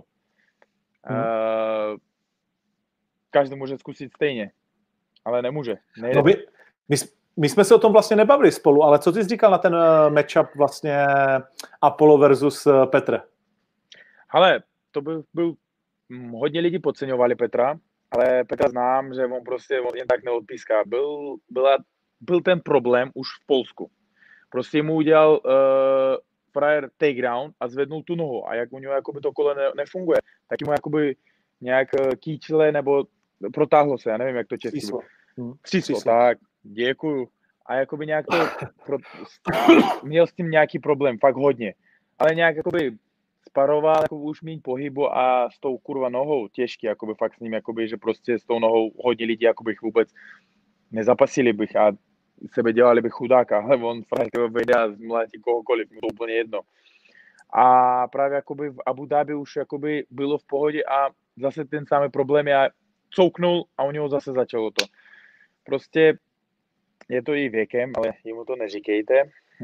[SPEAKER 7] Každý může zkusit stejně, ale nemůže.
[SPEAKER 3] No my jsme se o tom vlastně nebavili spolu, ale co ty jsi říkal na ten matchup vlastně Apollo versus Petr?
[SPEAKER 7] Ale to byl hodně lidí podceňovali Petra, ale Petra znám, že on prostě jen tak neodpíská. Byl ten problém už v Polsku. Prostě mu udělal frajer takedown a zvednul tu nohu a jak u něho jakoby to kolo nefunguje, tak mu jakoby nějak kýčle nebo protáhlo se, já nevím, jak to česky. Tříslo, tak, děkuju. A jakoby nějak to, měl s tím nějaký problém, fakt hodně. Ale nějak jakoby sparoval, jakoby už míň pohybu a s tou kurva nohou těžký, jakoby fakt s ním, jakoby, že prostě s tou nohou hodně lidí jakoby vůbec nezapasili bych a sebe dělali bych chudáka, ale on fakt vejde a zmlátí kohokoliv, mu to úplně jedno. A právě jakoby v Abu Dhabi už jakoby bylo v pohodě a zase ten samý problém já couknul a u něho zase začalo to. Prostě je to i věkem, ale jemu to neříkejte.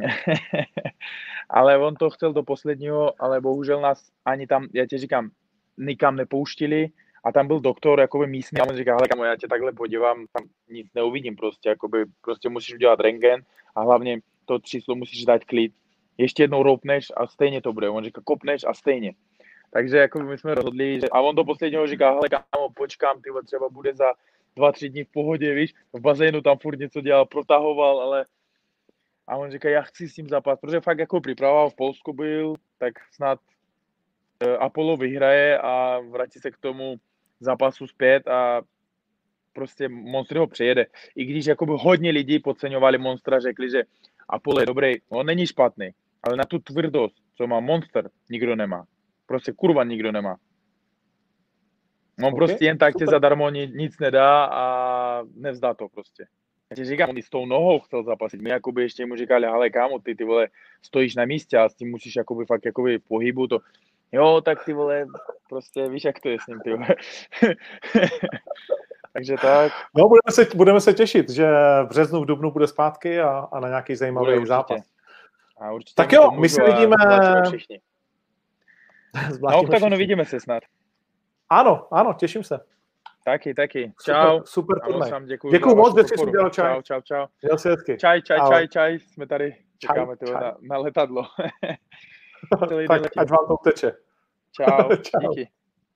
[SPEAKER 7] Ale on to chtěl do posledního, ale bohužel nás ani tam, já ti říkám, nikam nepouštili a tam byl doktor jakoby místní a on říká, hele kamo, já tě takhle podívám, tam nic neuvidím prostě, jakoby, prostě musíš udělat rentgen a hlavně to tříslo musíš dát klid. Ještě jednou roupneš a stejně to bude. On říká, kopneš a stejně. Takže jako my jsme rozhodli, že... A on do posledního říká, hele kámo, počkám, tyhle třeba bude za 2-3 dní v pohodě, víš, v bazénu tam furt něco dělal, protahoval, ale... A on říká, já chci s tím zápas, protože fakt jako připravoval v Polsku byl, tak snad Apollo vyhraje a vrátí se k tomu zápasu zpět a prostě Monster ho přejede. I když jakoby hodně lidí podceňovali Monstra, řekli, že Apollo je dobrý, on není špatný, ale na tu tvrdost, co má Monster, nikdo nemá. Prostě kurva nikdo nemá. On prostě jen tak tě zadarmo nic nedá a nevzdá to prostě. Já ti říkám, on i s tou nohou chtěl zapasit. My jakoby ještě mu říkali, ale kámo, ty vole, stojíš na místě a s tím musíš jakoby fakt jakoby v pohybu to. Jo, tak ty vole, prostě víš, jak to je s ním, ty vole. Takže tak.
[SPEAKER 3] No, budeme se těšit, že v březnu, v dubnu bude zpátky a na nějaký zajímavý zápas.
[SPEAKER 7] A určitě
[SPEAKER 3] tak jo, my se vidíme...
[SPEAKER 7] Na Oktagonu vidíme se snad.
[SPEAKER 3] Ano, těším se.
[SPEAKER 7] Taky. Čau.
[SPEAKER 3] Super turnaj.
[SPEAKER 7] Děkuju
[SPEAKER 3] moc, že jsi si udělal čaj.
[SPEAKER 7] Čau.
[SPEAKER 3] Měl se hezky.
[SPEAKER 7] Čaj. Jsme tady, čekáme na letadlo.
[SPEAKER 3] Tak ať vám to teče.
[SPEAKER 7] Čau. Díky.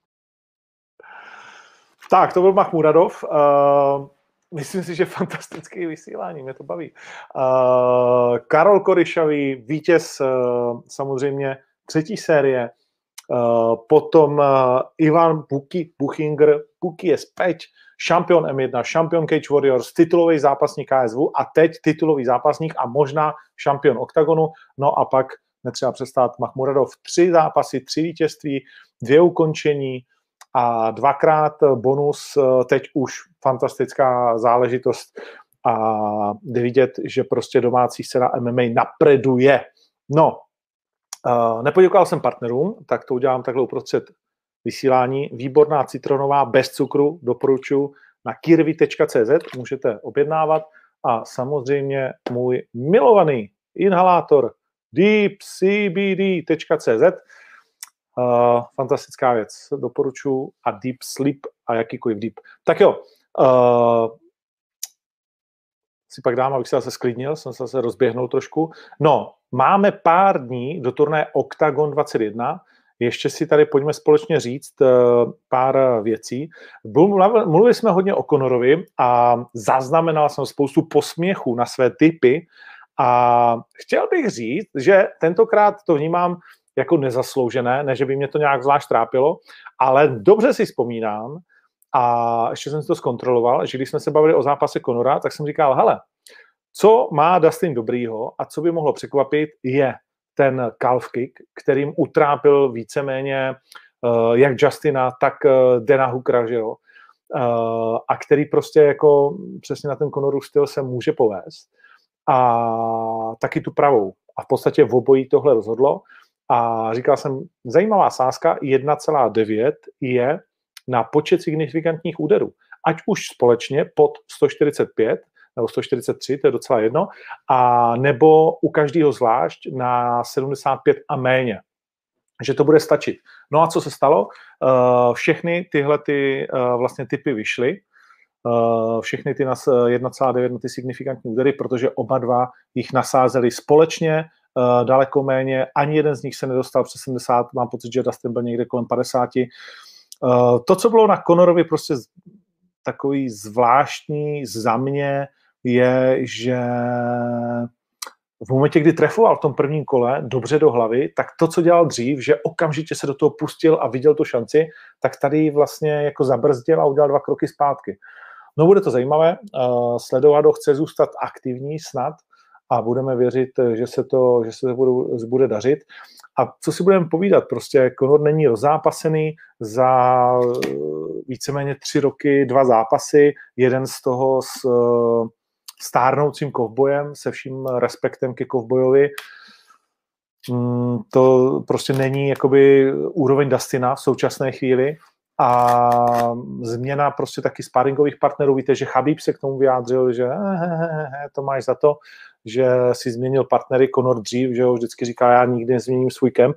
[SPEAKER 3] Tak, to byl Makhmuradov. Myslím si, že fantastické vysílání, mě to baví. Karol Koryšavý, vítěz samozřejmě třetí série. Potom Ivan Buchinger, Buki je späť, šampion M1, šampion Cage Warriors, titulový zápasník KSV a teď titulový zápasník a možná šampion Oktagonu. No a pak netřeba přestát Makhmuradov 3 zápasy, 3 vítězství, 2 ukončení a 2krát bonus, teď už fantastická záležitost a jde vidět, že prostě domácí scéna MMA napreduje. No, nepoděkoval jsem partnerům, tak to udělám takhle uprostřed vysílání. Výborná citronová, bez cukru, doporučuji na kirvi.cz, můžete objednávat a samozřejmě můj milovaný inhalátor deepcbd.cz. Fantastická věc, doporučuji a Deep Sleep a jakýkoliv Deep. Tak jo, si pak dám, abych se zase sklidnil, jsem se zase rozběhnul trošku. No, máme pár dní do turnaje Octagon 21, ještě si tady pojďme společně říct pár věcí. Mluvili jsme hodně o Conorovi a zaznamenal jsem spoustu posměchů na své tipy a chtěl bych říct, že tentokrát to vnímám jako nezasloužené, ne, že by mě to nějak zvlášť trápilo, ale dobře si vzpomínám a ještě jsem si to zkontroloval, že když jsme se bavili o zápase Conora, tak jsem říkal, hele, co má Dustin dobrýho a co by mohlo překvapit, je ten calf kick, kterým utrápil víceméně jak Justina, tak Dana Hookera, že jo? A který prostě jako přesně na ten Conorův styl se může povést. A taky tu pravou. A v podstatě v obojí tohle rozhodlo. A říkal jsem, zajímavá sázka 1,9 je na počet signifikantních úderů. Ať už společně pod 145 nebo 143, to je docela jedno, a nebo u každého zvlášť na 75 a méně. Že to bude stačit. No a co se stalo? Všechny tyhle vlastně typy vyšly. Všechny ty 1,9 na ty signifikantní údery, protože oba dva jich nasázeli společně, daleko méně. Ani jeden z nich se nedostal přes 70, mám pocit, že Dustin byl někde kolem 50. To, co bylo na Conorovi prostě takový zvláštní za mě, je, že v momentě, kdy trefoval v tom prvním kole dobře do hlavy, tak to, co dělal dřív, že okamžitě se do toho pustil a viděl tu šanci, tak tady vlastně jako zabrzdil a udělal 2 kroky zpátky. No, bude to zajímavé, sledovat ho, chce zůstat aktivní snad a budeme věřit, že se to bude dařit. A co si budeme povídat, prostě Conor není rozzápasený za víceméně 3 roky, 2 zápasy, jeden z toho s stárnoucím kovbojem, se vším respektem ke kovbojovi. To prostě není jakoby úroveň Dustina v současné chvíli a změna prostě taky sparingových partnerů. Víte, že Khabib se k tomu vyjádřil, že to máš za to, že si změnil partnery. Conor dřív, že ho vždycky říká, já nikdy nezměním svůj kemp.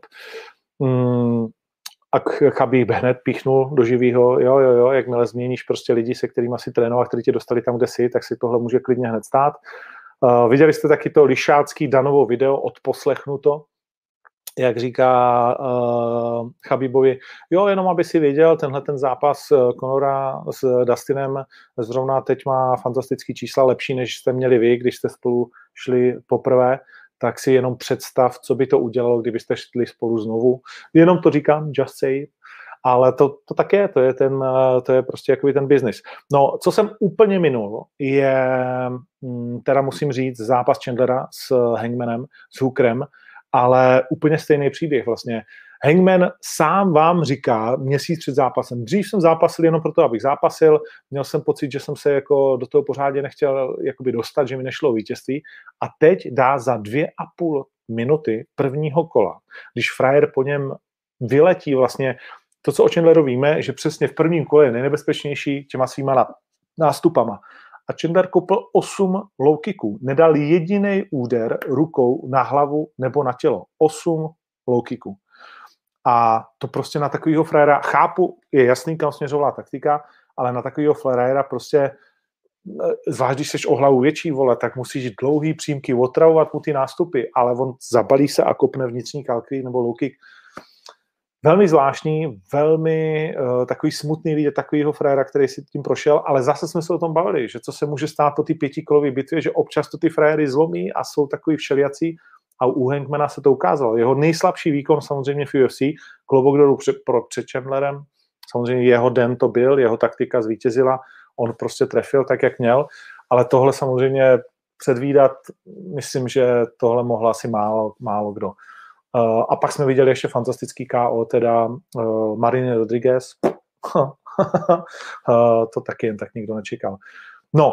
[SPEAKER 3] A Khabib hned píchnul do živýho, jo, jakmile změníš prostě lidi, se kterými si trénoval, kteří tě dostali tam, kde jsi, tak si tohle může klidně hned stát. Viděli jste taky to lišácký Danovo video, odposlechnuto, jak říká Khabibovi, jo, jenom aby si věděl, tenhle ten zápas Conora s Dustinem zrovna teď má fantastický čísla, lepší, než jste měli vy, když jste spolu šli poprvé, tak si jenom představ, co by to udělalo, kdybyste šli spolu znovu. Jenom to říkám, just say it. Ale to tak je, to je prostě jakoby ten biznis. No, co jsem úplně minul, je, teda musím říct, zápas Chandlera s Hangmanem, s Hookerem, ale úplně stejný příběh vlastně. Hangman sám vám říká měsíc před zápasem. Dřív jsem zápasil jenom proto, abych zápasil. Měl jsem pocit, že jsem se jako do toho pořádně nechtěl jakoby dostat, že mi nešlo o vítězství. A teď dá za 2,5 minuty prvního kola, když frajer po něm vyletí vlastně to, co o Chandleru víme, že přesně v prvním kole je nejnebezpečnější těma svýma nástupama. A Chandler kopl 8 low kicků. Nedal jediný úder rukou na hlavu nebo na tělo. 8 low kicků. A to prostě na takovýho frajera, chápu, je jasný, kam směřovala taktika, ale na takovýho frajera prostě, zvlášť když jsi o hlavu větší, vole, tak musíš dlouhý přímky, otravovat mu ty nástupy, ale on zabalí se a kopne vnitřní kalky nebo low kick. Velmi zvláštní, velmi takový smutný vidět takovýho frajera, který si tím prošel, ale zase jsme se o tom bavili, že co se může stát po ty 5kolové bitvě, že občas to ty frajery zlomí a jsou takový všelijací. A u Hangmana se to ukázalo. Jeho nejslabší výkon samozřejmě v UFC, klobouk dolů před Chandlerem, samozřejmě jeho den to byl, jeho taktika zvítězila, on prostě trefil tak, jak měl, ale tohle samozřejmě předvídat, myslím, že tohle mohla asi málo kdo. A pak jsme viděli ještě fantastický KO, teda Marine Rodriguez. To taky jen tak nikdo nečekal. No,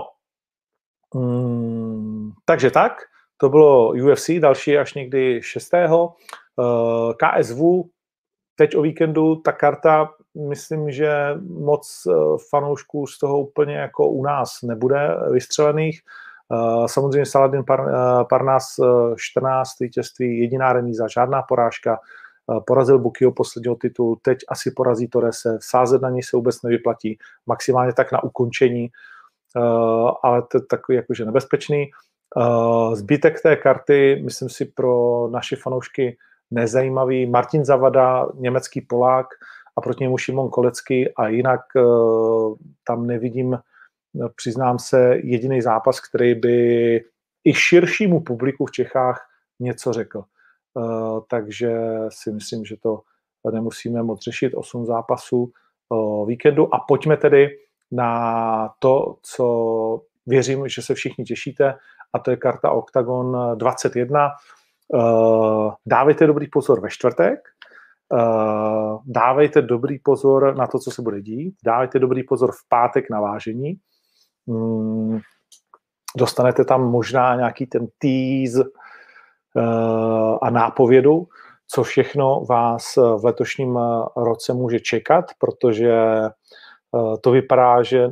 [SPEAKER 3] takže tak. To bylo UFC, další až někdy 6. KSV, teď o víkendu, ta karta, myslím, že moc fanoušků z toho úplně jako u nás nebude vystřelených. Samozřejmě Saladin Parnas 14 vítězství, jediná remíza, žádná porážka. Porazil Bukiho posledního titulu, teď asi porazí Torrese, sázet na něj se vůbec nevyplatí, maximálně tak na ukončení, ale to je takový jakože nebezpečný. Zbytek té karty, myslím si, pro naše fanoušky nezajímavý. Martin Zavada, německý Polák a proti němu Šimon Kolecký a jinak tam nevidím, přiznám se, jediný zápas, který by i širšímu publiku v Čechách něco řekl. Takže si myslím, že to nemusíme moc řešit, 8 zápasů víkendu a pojďme tedy na to, co věřím, že se všichni těšíte, a to je karta Octagon 21. Dávejte dobrý pozor ve čtvrtek, dávejte dobrý pozor na to, co se bude dít, dávejte dobrý pozor v pátek na vážení. Dostanete tam možná nějaký ten tease a nápovědu, co všechno vás v letošním roce může čekat, protože to vypadá, že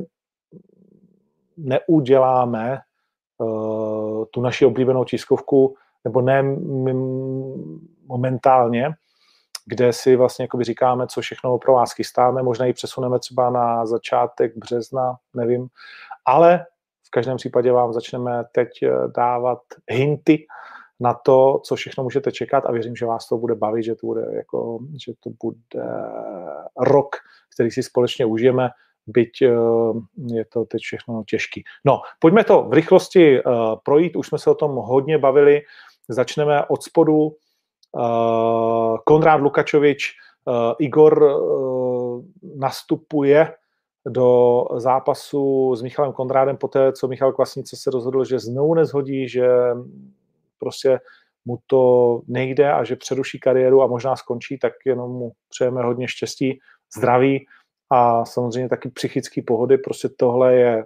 [SPEAKER 3] neuděláme tu naši oblíbenou tiskovku, nebo ne momentálně, kde si vlastně jakoby říkáme, co všechno pro vás chystáme, možná ji přesuneme třeba na začátek března, nevím, ale v každém případě vám začneme teď dávat hinty na to, co všechno můžete čekat a věřím, že vás to bude bavit, že to bude rok, který si společně užijeme, byť je to teď všechno těžký. No, pojďme to v rychlosti projít, už jsme se o tom hodně bavili, začneme od spodu. Konrád Lukačovič, Igor nastupuje do zápasu s Michalem Konrádem poté, co Michal Kvasnice se rozhodl, že znovu nezhodí, že prostě mu to nejde a že přeruší kariéru a možná skončí, tak jenom mu přejeme hodně štěstí, zdraví a samozřejmě taky psychické pohody. Prostě tohle je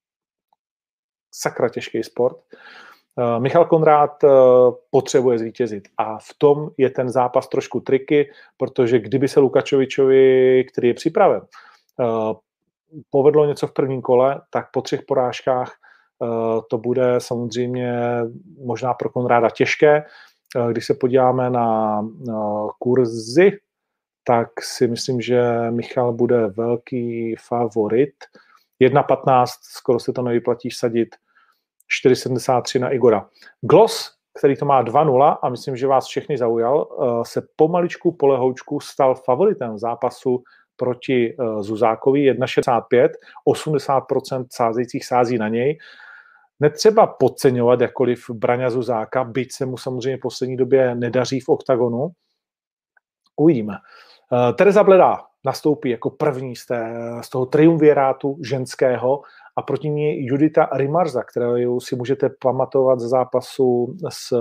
[SPEAKER 3] sakra těžký sport. Michal Konrád potřebuje zvítězit a v tom je ten zápas trošku triky, protože kdyby se Lukačovičovi, který je připraven, povedlo něco v prvním kole, tak po 3 porážkách to bude samozřejmě možná pro Konráda těžké. Když se podíváme na kurzy, tak si myslím, že Michal bude velký favorit. 1,15, skoro se to nevyplatí vsadit, 4,73 na Igora. Gloss, který to má 2-0 a myslím, že vás všechny zaujal, se pomaličku polehoučku stal favoritem zápasu proti Zuzákovi, 1,65, 80% sázejících sází na něj. Netřeba podceňovat jakkoliv Braňa Zuzáka, byť se mu samozřejmě v poslední době nedaří v oktagonu. Uvidíme. Tereza Bledá, nastoupí jako první z toho triumvirátu ženského a proti ní Judita Rimarza, kterou si můžete pamatovat ze zápasu s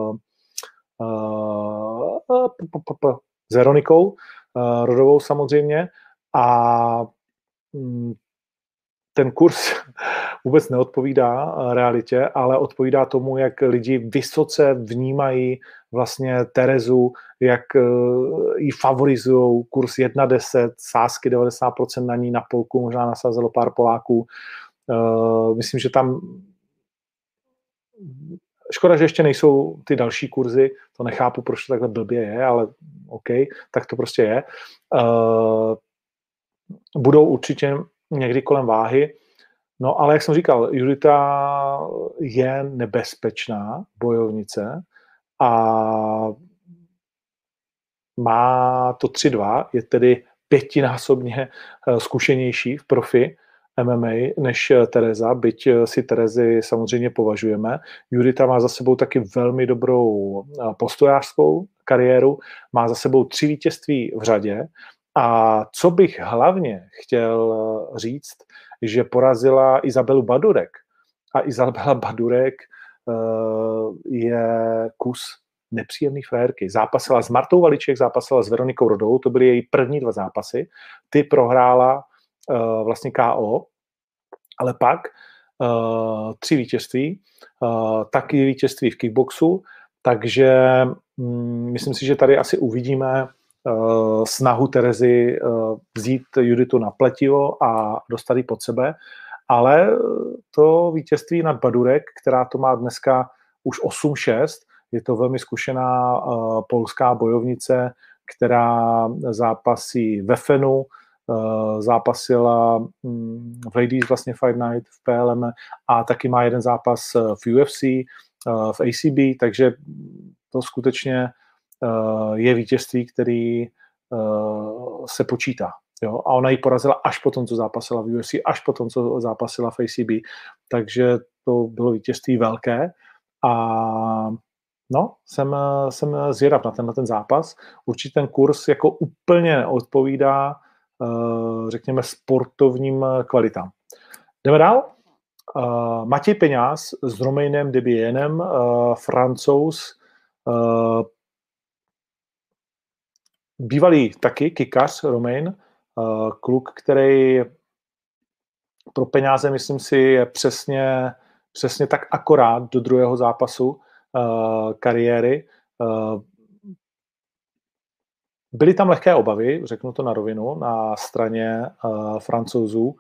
[SPEAKER 3] Veronikou Rodovou samozřejmě a ten kurz vůbec neodpovídá realitě, ale odpovídá tomu, jak lidi vysoce vnímají vlastně Terezu, jak ji favorizují, kurz 1,10, sázky 90% na ní, na polku, možná nasázelo pár Poláků. Myslím, že tam škoda, že ještě nejsou ty další kurzy, to nechápu, proč to takhle blbě je, ale OK, tak to prostě je. Budou určitě někdy kolem váhy. No, ale jak jsem říkal, Judita je nebezpečná bojovnice a má to 3-2, je tedy 5násobně zkušenější v profi MMA než Tereza, byť si Terezy samozřejmě považujeme. Judita má za sebou taky velmi dobrou postojářskou kariéru, má za sebou 3 vítězství v řadě a co bych hlavně chtěl říct, že porazila Izabelu Badurek. A Izabela Badurek je kus nepříjemný frajerky. Zápasila s Martou Valiček, zápasila s Veronikou Rodovou, to byly její první 2 zápasy. Ty prohrála vlastně KO, ale pak 3 vítězství, taky vítězství v kickboxu, takže myslím si, že tady asi uvidíme snahu Terezy vzít Juditu na pletivo a dostat ji pod sebe, ale to vítězství nad Badurek, která to má dneska už 8-6, je to velmi zkušená polská bojovnice, která zápasí ve Fenu, zápasila v Ladies vlastně Fight Night v PLM a taky má jeden zápas v UFC, v ACB, takže to skutečně je vítězství, který se počítá. Jo? A ona ji porazila až potom, co zápasila v UFC, až potom, co zápasila v ACB. Takže to bylo vítězství velké. A no, jsem zvědav na ten zápas. Určitě ten kurz jako úplně neodpovídá, řekněme, sportovním kvalitám. Jdeme dál. Matěj Peňáz s Romainem Debienem, Francouz, bývalý taky kikař Romain, kluk, který pro peníze, myslím si, je přesně tak akorát do druhého zápasu kariéry. Byly tam lehké obavy, řeknu to na rovinu, na straně Francouzů,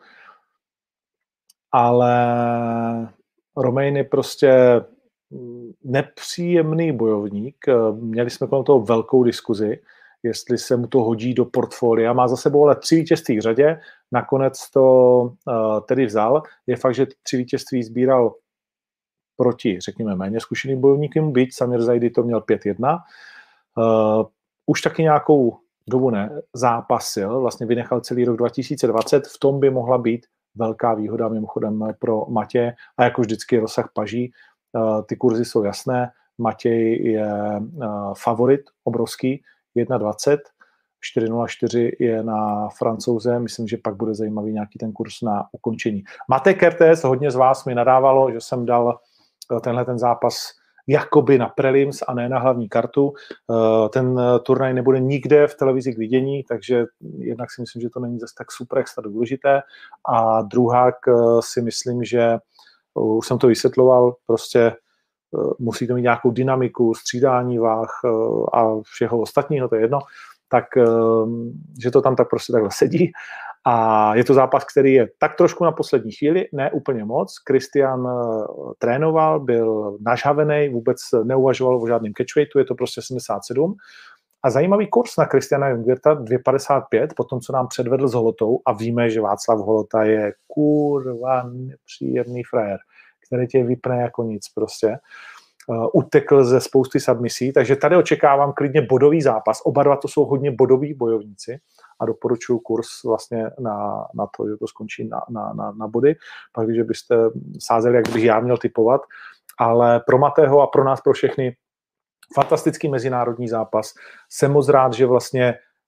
[SPEAKER 3] ale Romain je prostě nepříjemný bojovník. Měli jsme kolem toho velkou diskuzi, jestli se mu to hodí do portfolia. Má za sebou ale 3 vítězství v řadě, nakonec to tedy vzal. Je fakt, že 3 vítězství sbíral proti, řekněme, méně zkušeným bojovníkům, byť Samir Zaidi to měl 5-1. Už taky nějakou dobu nezápasil, vlastně vynechal celý rok 2020, v tom by mohla být velká výhoda mimochodem pro Matěje a jako vždycky rozsah paží. Ty kurzy jsou jasné, Matěj je favorit obrovský, 1,20, 4,04 je na Francouze, myslím, že pak bude zajímavý nějaký ten kurz na ukončení. Matej Kertész, hodně z vás mi nadávalo, že jsem dal ten zápas jakoby na prelims a ne na hlavní kartu. Ten turnaj nebude nikde v televizi k vidění, takže jednak si myslím, že to není zase tak super extra důležité. A druhák si myslím, že už jsem to vysvětloval, prostě musí to mít nějakou dynamiku, střídání váh a všeho ostatního, to je jedno, tak že to tam tak prostě takhle sedí. A je to zápas, který je tak trošku na poslední chvíli, ne úplně moc. Christian trénoval, byl nažhavený, vůbec neuvažoval o žádném catchweightu, je to prostě 77. A zajímavý kurz na Christiana Jungwirtha 2,55, po tom, co nám předvedl s Holotou, a víme, že Václav Holota je kurva nepříjemný frajer, který tě vypne jako nic prostě. Utekl ze spousty submisí, takže tady očekávám klidně bodový zápas. Oba dva to jsou hodně bodoví bojovníci a doporučuji kurz vlastně na to, že to skončí na body. Pak, když byste sázeli, jak bych já měl typovat, ale pro Matého a pro nás, pro všechny, fantastický mezinárodní zápas. Jsem moc rád, že vlastně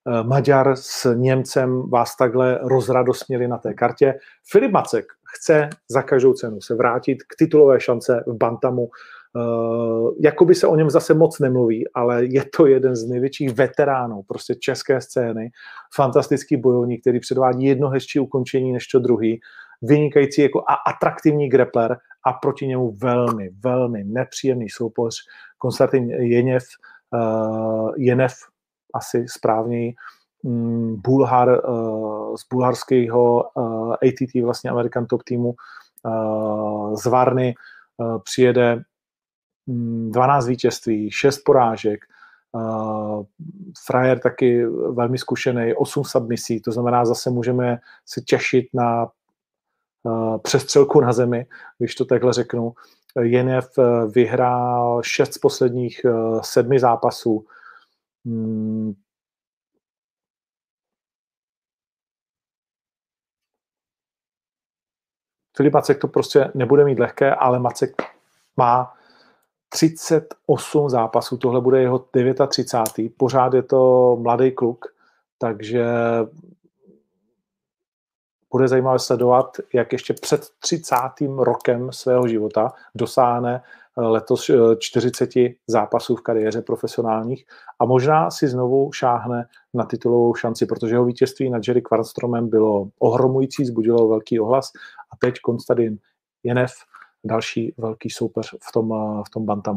[SPEAKER 3] Maďar s Němcem vás takhle rozradostnili na té kartě. Filip Macek chce za každou cenu se vrátit k titulové šance v bantamu. Jakoby se o něm zase moc nemluví, ale je to jeden z největších veteránů prostě české scény. Fantastický bojovník, který předvádí jedno hezčí ukončení než to druhý. Vynikající jako a atraktivní grappler a proti němu velmi, velmi nepříjemný soupeř Konstantin Jenev, asi správněji, Bulhar z bulharského ATT, vlastně American Top týmu z Varny, přijede 12 vítězství, 6 porážek, frajer taky velmi zkušený, 8 submisí, to znamená zase můžeme se těšit na přestřelku na zemi, když to takhle řeknu. Jenev vyhrál 6 z posledních 7 zápasů. Filip Macek to prostě nebude mít lehké, ale Macek má 38 zápasů, tohle bude jeho 39. Pořád je to mladý kluk, takže bude zajímavé sledovat, jak ještě před 30. rokem svého života dosáhne letos 40 zápasů v kariéře profesionálních a možná si znovu šáhne na titulovou šanci, protože jeho vítězství nad Jerry Quarnstromem bylo ohromující, vzbudilo velký ohlas a teď Konstantin Jenev, další velký soupeř v tom bantamu.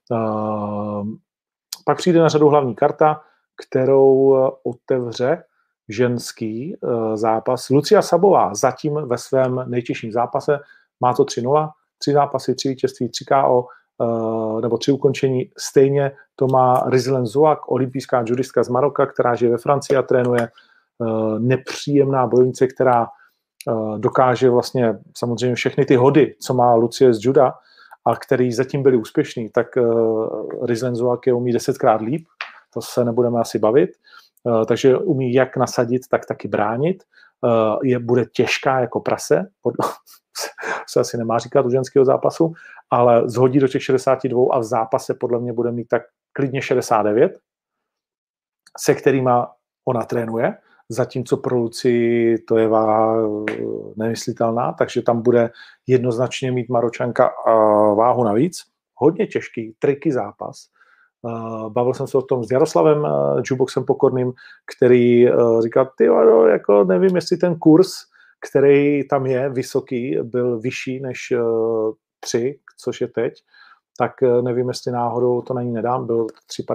[SPEAKER 3] Pak přijde na řadu hlavní karta, kterou otevře ženský zápas. Lucia Sabová zatím ve svém nejtěžším zápase má to 3-0, 3 zápasy, 3 vítězství, 3 KO, nebo 3 ukončení. Stejně to má Rizlen Zouak, olympijská judistka z Maroka, která žije ve Francii a trénuje. Nepříjemná bojovnice, která dokáže vlastně samozřejmě všechny ty hody, co má Lucie z juda, a který zatím byli úspěšní, tak Rizlen Zouak je umí 10krát líp, to se nebudeme asi bavit. Takže umí jak nasadit, tak taky bránit. Bude těžká jako prase, se asi nemá říkat u ženského zápasu, ale zhodí do těch 62 a v zápase podle mě bude mít tak klidně 69, se kterýma ona trénuje, zatímco pro Lucii to je váha nemyslitelná, takže tam bude jednoznačně mít Maročanka váhu navíc. Hodně těžký, triky zápas. Bavil jsem se o tom s Jaroslavem Juboxem Pokorným, který říkal, jako nevím, jestli ten kurz, který tam je vysoký, byl vyšší než 3, což je teď, tak nevím, jestli náhodou to na ní nedám, byl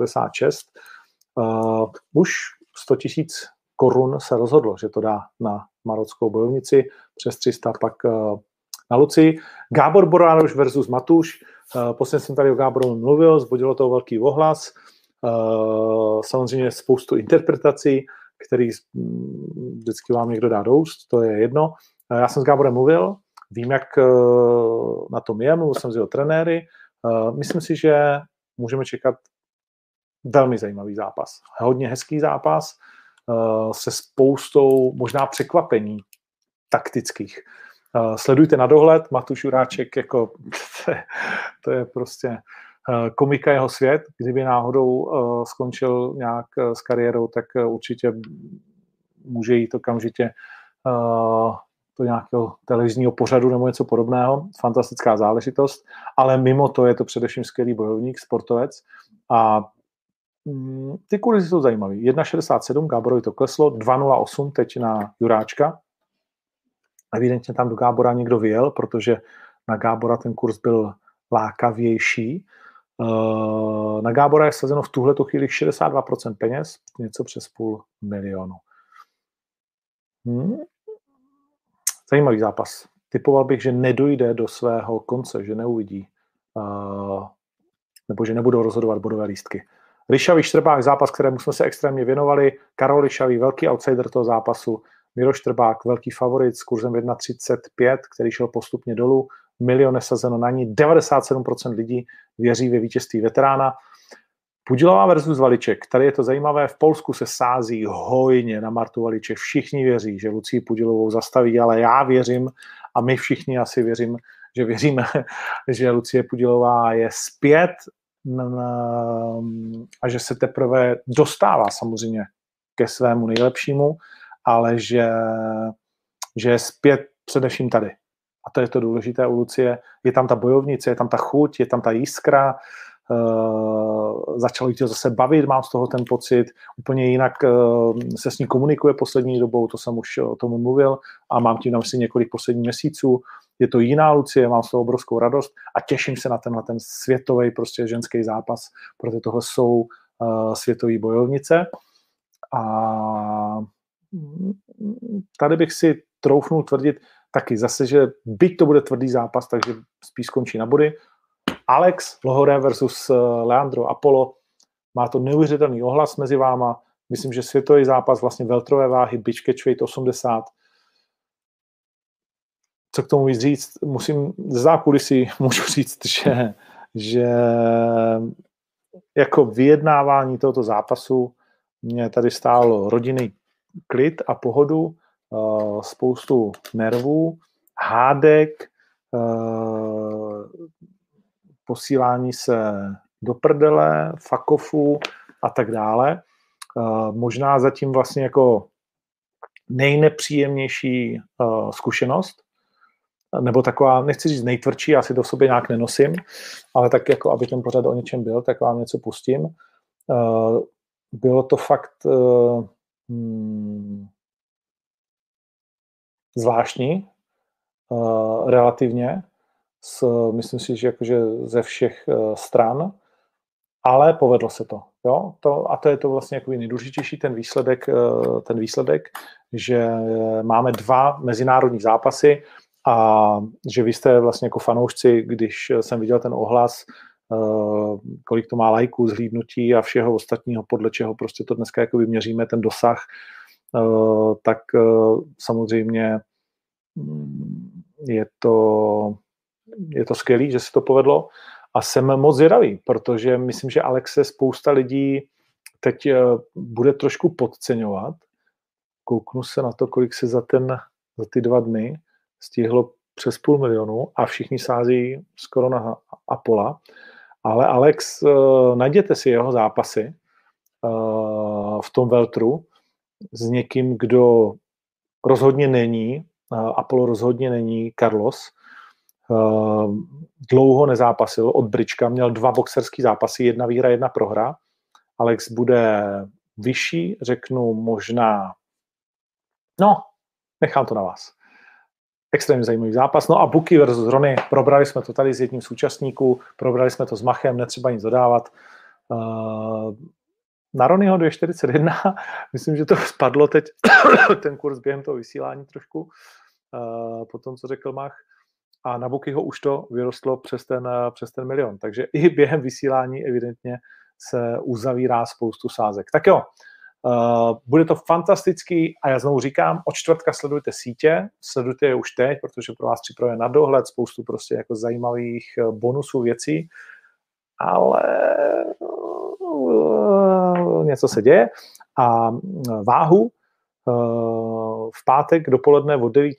[SPEAKER 3] 3,56. Už 100 000 korun se rozhodlo, že to dá na marockou bojovnici, přes 300 pak na Lucii. Gábor Borároš versus Matuš. Posledně jsem tady o Gáborovi mluvil, zbudilo to velký ohlas. Samozřejmě spoustu interpretací, který vždycky vám někdo dá do úst, to je jedno. Já jsem s Gáborem mluvil, vím, jak na tom je, mluvil jsem s jeho trenéry. Myslím si, že můžeme čekat velmi zajímavý zápas. Hodně hezký zápas se spoustou možná překvapení taktických. Sledujte na dohled, Matuš Juráček, jako to je prostě komika jeho svět. Kdyby náhodou skončil nějak s kariérou, tak určitě může jít okamžitě do nějakého televizního pořadu nebo něco podobného. Fantastická záležitost, ale mimo to je to především skvělý bojovník, sportovec a ty kurzy jsou zajímavý. 1,67, Gáborovi to kleslo, 2,08 teď na Juráčka. Evidentně tam do Gábora někdo vyjel, protože na Gábora ten kurz byl lákavější. Na Gábora je sazeno v tuhleto chvíli 62% peněz, něco přes 500 000. Zajímavý zápas. Typoval bych, že nedojde do svého konce, že neuvidí, nebo že nebudou rozhodovat bodové lístky. Lišavý Štrbák, zápas, kterému jsme se extrémně věnovali. Karol Lišavý, velký outsider toho zápasu. Miro Štrbák, velký favorit s kurzem 1,35, který šel postupně dolů. Milion nesazeno na ní. 97% lidí věří ve vítězství veterána. Pudilová versus Valiček. Tady je to zajímavé. V Polsku se sází hojně na Martu Valiček. Všichni věří, že Lucii Pudilovou zastaví, ale já věřím a my všichni asi věříme, že Lucie Pudilová je zpět a že se teprve dostává samozřejmě ke svému nejlepšímu, ale že je zpět především tady. A to je to důležité u Lucie. Je tam ta bojovnice, je tam ta chuť, je tam ta jiskra, začalo jí to zase bavit, mám z toho ten pocit, úplně jinak se s ní komunikuje poslední dobou, to jsem už o tom mluvil a mám tím na mysli několik posledních měsíců. Je to jiná Lucie, mám z toho obrovskou radost a těším se na ten světový prostě ženský zápas, protože tohle jsou světové bojovnice. A tady bych si troufnul tvrdit taky zase, že byť to bude tvrdý zápas, takže spíš skončí na body. Alex Lohore versus Leandro Apollo. Má to neuvěřitelný ohlas mezi váma. Myslím, že světový zápas vlastně welterové váhy, bitch catchweight 80. Co k tomu víc říct? Musím z zákulisí můžu říct, že jako vyjednávání tohoto zápasu mě tady stálo rodinný klid a pohodu, spoustu nervů, hádek, posílání se do prdele, fuck-offů a tak dále. Možná zatím vlastně jako nejnepříjemnější zkušenost, nebo taková, nechci říct nejtvrdší, já si to v sobě nějak nenosím, ale tak jako, aby ten pořad o něčem byl, tak vám něco pustím. Bylo to fakt zvláštní, relativně, myslím si, že jakože ze všech stran, ale povedlo se to. Jo? A to je to vlastně jako nejdůležitější, ten výsledek, že máme 2 mezinárodní zápasy a že vy jste vlastně jako fanoušci, když jsem viděl ten ohlas, kolik to má lajků, zhlídnutí a všeho ostatního, podle čeho prostě to dneska jako měříme, ten dosah, tak samozřejmě je to skvělý, že se to povedlo a jsem moc zvědavý, protože myslím, že Alexe spousta lidí teď bude trošku podceňovat. Kouknu se na to, kolik se za ty 2 dny stihlo přes 500 000 a všichni sází skoro na Apolla. Ale Alex, najděte si jeho zápasy v tom welteru s někým, kdo rozhodně není, Apollo rozhodně není Carlos. Dlouho nezápasil od Bryčka, měl 2 boxerský zápasy, 1 výhra, 1 prohra. Alex bude vyšší, řeknu možná, nechám to na vás. Extrémně zajímavý zápas. No a Buki versus Rony, probrali jsme to tady s jedním z účastníků, probrali jsme to s Machem, netřeba nic dodávat. Na Ronyho 2,41, myslím, že to spadlo teď ten kurz během toho vysílání trošku, po tom, co řekl Mach. A na Bukiho už to vyrostlo přes ten milion. Takže i během vysílání evidentně se uzavírá spoustu sázek. Tak jo, bude to fantastický a já znovu říkám, od čtvrtka sledujte sítě, sledujte je už teď, protože pro vás připravuje na dohled spoustu prostě jako zajímavých bonusů věcí, ale něco se děje a váhu v pátek dopoledne od 9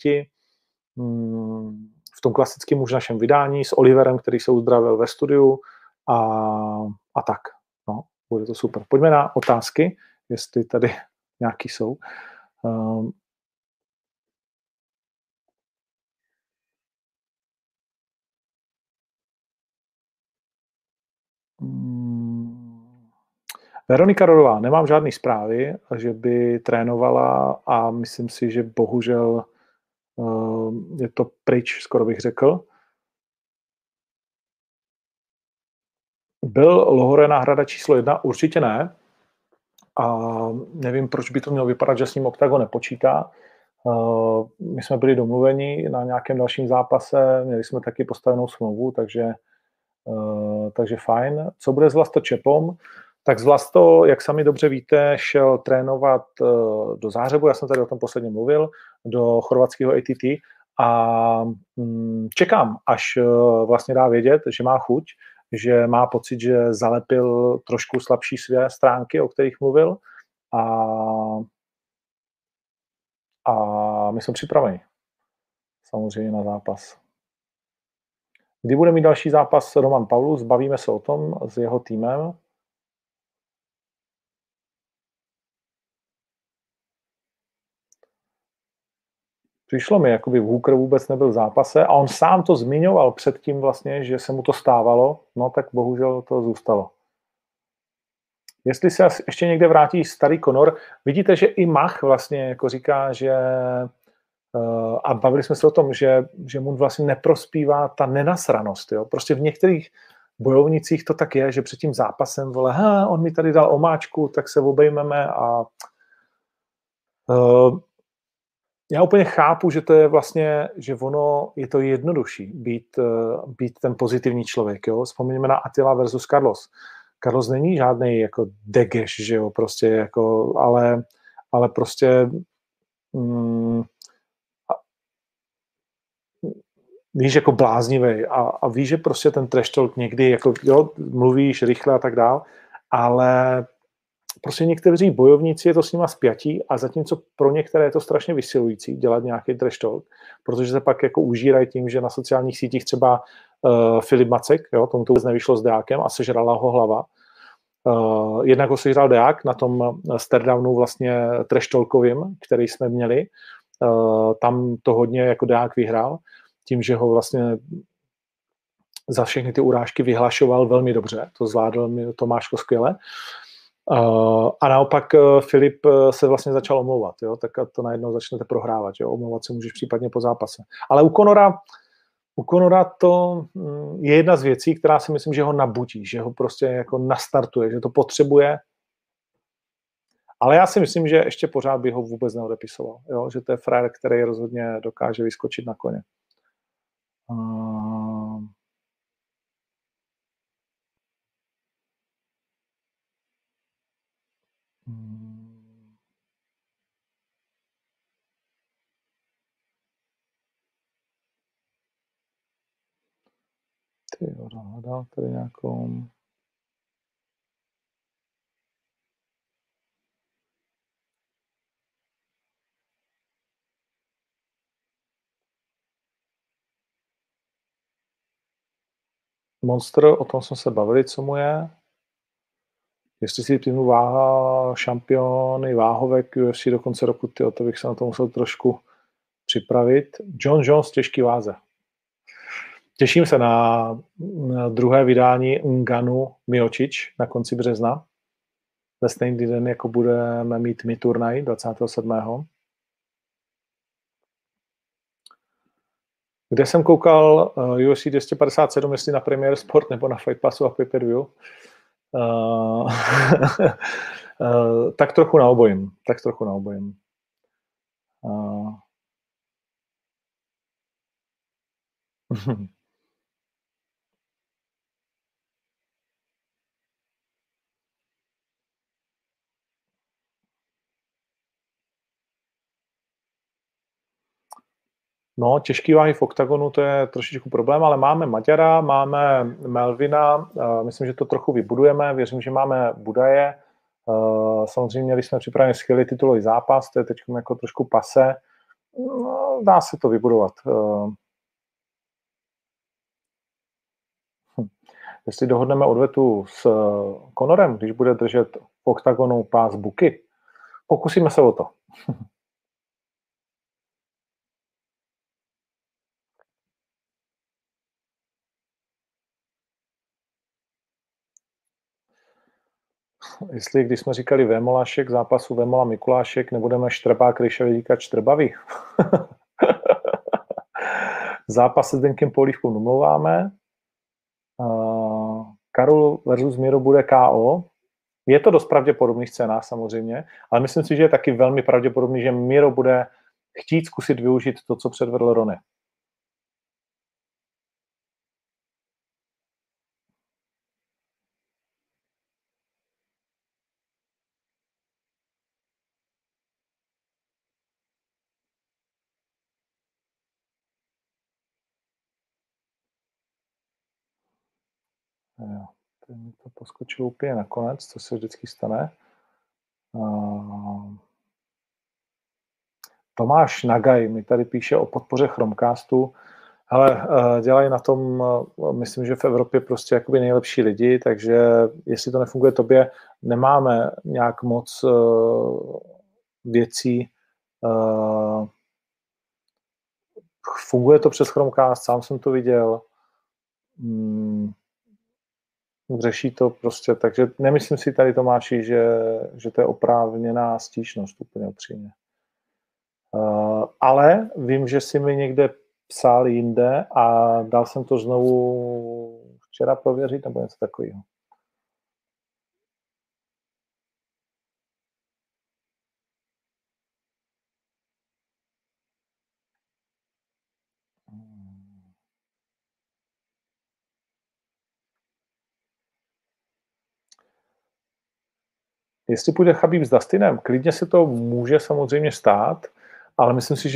[SPEAKER 3] v tom klasickém už našem vydání s Oliverem, který se uzdravil ve studiu a tak. No, bude to super. Pojďme na otázky, jestli tady nějaký jsou. Veronika Rodová, nemám žádný zprávy, že by trénovala a myslím si, že bohužel je to pryč, skoro bych řekl. Byl Lohore náhrada číslo 1? Určitě ne. A nevím, proč by to mělo vypadat, že s ním Octagon nepočítá. My jsme byli domluveni na nějakém dalším zápase, měli jsme taky postavenou smlouvu, takže fajn. Co bude s Vlasto Čepom? Tak z Vlasto, jak sami dobře víte, šel trénovat do Záhřebu, já jsem tady o tom posledně mluvil, do chorvatského ATT a čekám, až vlastně dá vědět, že má chuť, že má pocit, že zalepil trošku slabší své stránky, o kterých mluvil a my jsme připraveni samozřejmě na zápas. Kdy bude mít další zápas Roman Paulus, bavíme se o tom s jeho týmem. Přišlo mi, jakoby Hooker vůbec nebyl v zápase a on sám to zmiňoval předtím vlastně, že se mu to stávalo, no tak bohužel to zůstalo. Jestli se ještě někde vrátí starý Conor, vidíte, že i Mach vlastně jako říká, že a bavili jsme se o tom, že mu vlastně neprospívá ta nenasranost. Jo? Prostě v některých bojovnicích to tak je, že před tím zápasem vole, on mi tady dal omáčku, tak se obejmeme a já úplně chápu, že to je vlastně, že ono je to jednodušší být ten pozitivní člověk. Jo? Vzpomeňme na Attila versus Carlos. Carlos není žádný jako degeš, že jo, prostě jako, ale prostě víš, jako bláznivý a víš, že prostě ten trash talk někdy jako, jo, mluvíš rychle a tak dál, ale prostě někteří bojovníci je to s nima spjatí a zatímco pro některé je to strašně vysilující dělat nějaký trash talk, protože se pak jako užírají tím, že na sociálních sítích třeba Filip Macek, jo, tomu to vůbec nevyšlo s Deákem a sežrala ho hlava. Jednak ho sežral Deák na tom staredownu vlastně trash talkovým, který jsme měli. Tam to hodně jako Deák vyhrál, tím, že ho vlastně za všechny ty urážky vyhlašoval velmi dobře. To zvládl Tomáško skvěle. A naopak Filip se vlastně začal omlouvat, jo? Tak to najednou začnete prohrávat. Jo? Omlouvat se můžeš případně po zápase. Ale u Conora to je jedna z věcí, která si myslím, že ho nabudí, že ho prostě jako nastartuje, že to potřebuje. Ale já si myslím, že ještě pořád by ho vůbec neodepisoval. Jo? Že to je frajer, který rozhodně dokáže vyskočit na koně. Hledal tady nějakou... Monster, o tom jsme se bavili, co mu je. Jestli si týmu váha šampiony váhovek UFC do konce roku, to bych se na to musel trošku připravit. John Jones, těžký váze. Těším se na druhé vydání Ngannou Miocic na konci března. Ve stejný den, jako budeme mít my turnaj 27. Kde jsem koukal UFC 257, jestli na Premier Sport nebo na Fight Passu a Pay-Per-View. Tak trochu na obojím. No, těžký váhy v oktagonu, to je trošičku problém, ale máme Maďara, máme Melvina, myslím, že to trochu vybudujeme, věřím, že máme Budaje, samozřejmě měli jsme připravený skvělý titulový zápas, to je teď jako trošku pase, no, dá se to vybudovat. Jestli dohodneme odvetu s Conorem, když bude držet v oktagonu pás Buky, pokusíme se o to. Jestli, když jsme říkali Vémolášek, zápasu Vémola Mikulášek, nebudeme Štrbák Ryšavě říkat Štrbavý. Zápas se Zdenkem Polívkou domlouváme. Karol versus Miro bude KO. Je to dost pravděpodobný scénář samozřejmě, ale myslím si, že je taky velmi pravděpodobný, že Miro bude chtít zkusit využít to, co předvedl Ronny. Jo, teď mi to poskočilo úplně nakonec, co se vždycky stane. Tomáš Nagaj mi tady píše o podpoře Chromcastu. Hele, dělají na tom, myslím, že v Evropě prostě jakoby nejlepší lidi, takže jestli to nefunguje tobě, nemáme nějak moc věcí Funguje to přes Chromecast, sám jsem to viděl. Řeší to prostě, takže nemyslím si tady, Tomáši, že to je oprávněná stížnost, úplně upřímně. Ale vím, že si mi někde psal jinde a dal jsem to znovu včera prověřit, nebo něco takového. Jestli půjde Chabib s Dustinem, klidně se to může samozřejmě stát, ale myslím si,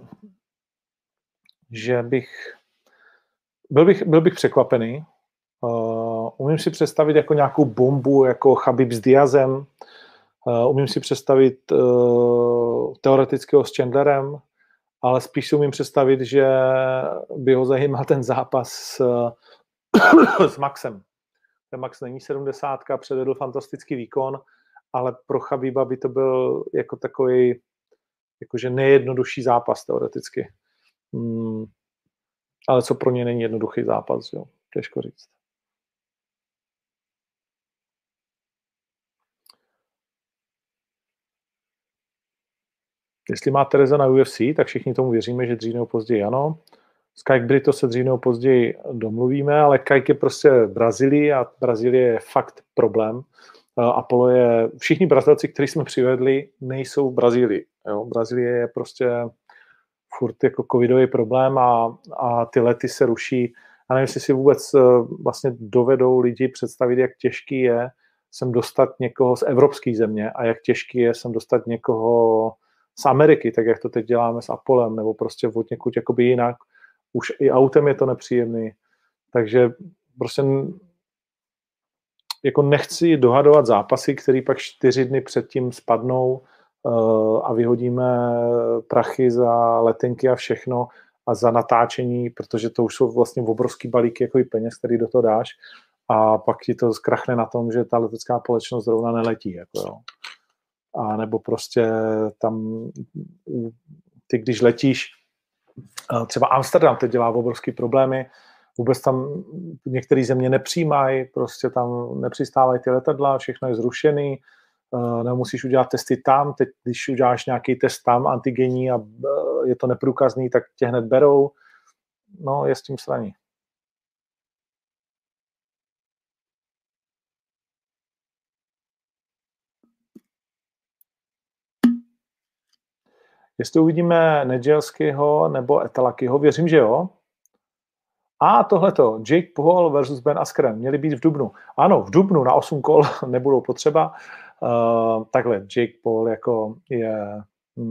[SPEAKER 3] že byl bych překvapený. Umím si představit jako nějakou bombu, jako Chabib s Diazem. Umím si představit teoretického s Chandlerem, ale spíš si umím představit, že by ho zajímal ten zápas s Maxem. Ten Max není 70, předvedl fantastický výkon, ale pro Chabiba by to byl jako takový jakože nejjednodušší zápas teoreticky. Ale co pro ně není jednoduchý zápas, jo? Těžko říct. Jestli má Tereza na UFC, tak všichni tomu věříme, že dřív nebo později ano. S Kajk Brito se dřív nebo později domluvíme, ale Kajk je prostě v Brazílii a Brazílie je fakt problém. Apollo je, všichni Brazilci, kteří jsme přivedli, nejsou v Brazílii. Jo? Brazílie je prostě furt jako covidový problém a ty lety se ruší. A nevím, jestli si vůbec vlastně dovedou lidi představit, jak těžký je sem dostat někoho z evropské země a jak těžký je sem dostat někoho z Ameriky, tak jak to teď děláme s Apollem, nebo prostě od někud jakoby jinak. Už i autem je to nepříjemný. Takže prostě jako nechci dohadovat zápasy, které pak 4 dny předtím spadnou a vyhodíme prachy za letenky a všechno a za natáčení, protože to už jsou vlastně obrovský balíky jako i peněz, který do toho dáš a pak ti to zkrachne na tom, že ta letecká společnost zrovna neletí. Jako jo. A nebo prostě tam ty, když letíš, třeba Amsterdam teď dělá obrovský problémy, vůbec tam některé země nepřijímají, prostě tam nepřistávají ty letadla, všechno je zrušený, nemusíš udělat testy tam, teď když uděláš nějaký test tam, antigenní a je to neprůkazný, tak tě hned berou, no je s tím sraní. Jestli uvidíme Nedželského nebo Etalakyho, věřím, že jo. A tohleto, Jake Paul versus Ben Askren, měli být v dubnu. Ano, v dubnu na 8 kol nebudou potřeba. Takhle, Jake Paul jako je,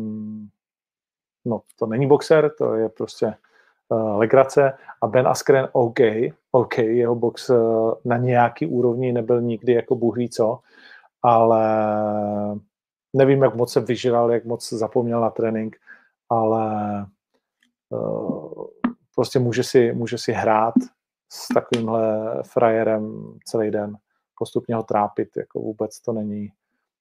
[SPEAKER 3] no to není boxer, to je prostě legrace. A Ben Askren OK, jeho box na nějaký úrovni nebyl nikdy jako bůh ví co, ale nevím, jak moc se vyžral, jak moc zapomněl na trénink, ale prostě může si hrát s takovýmhle frajerem celý den, postupně ho trápit, jako vůbec to není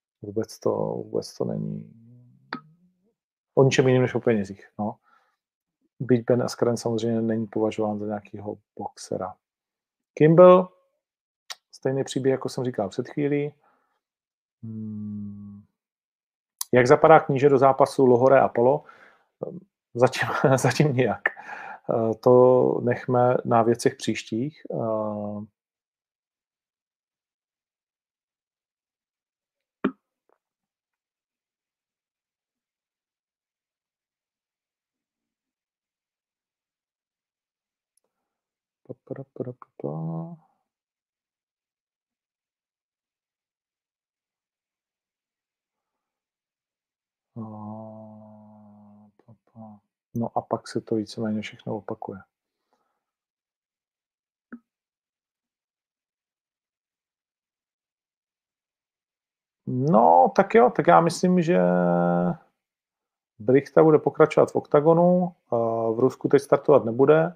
[SPEAKER 3] o ničem jiným než o penězích. No. Byť Ben Askren samozřejmě není považován za nějakého boxera. Kimble, stejný příběh, jako jsem říkal před chvílí. Jak zapadá kníže do zápasu Lohore a Apollo? Zatím nijak. To nechme na věcech příštích. No a pak se to víceméně všechno opakuje. No, tak jo, tak já myslím, že Brichta bude pokračovat v oktagonu, v Rusku teď startovat nebude.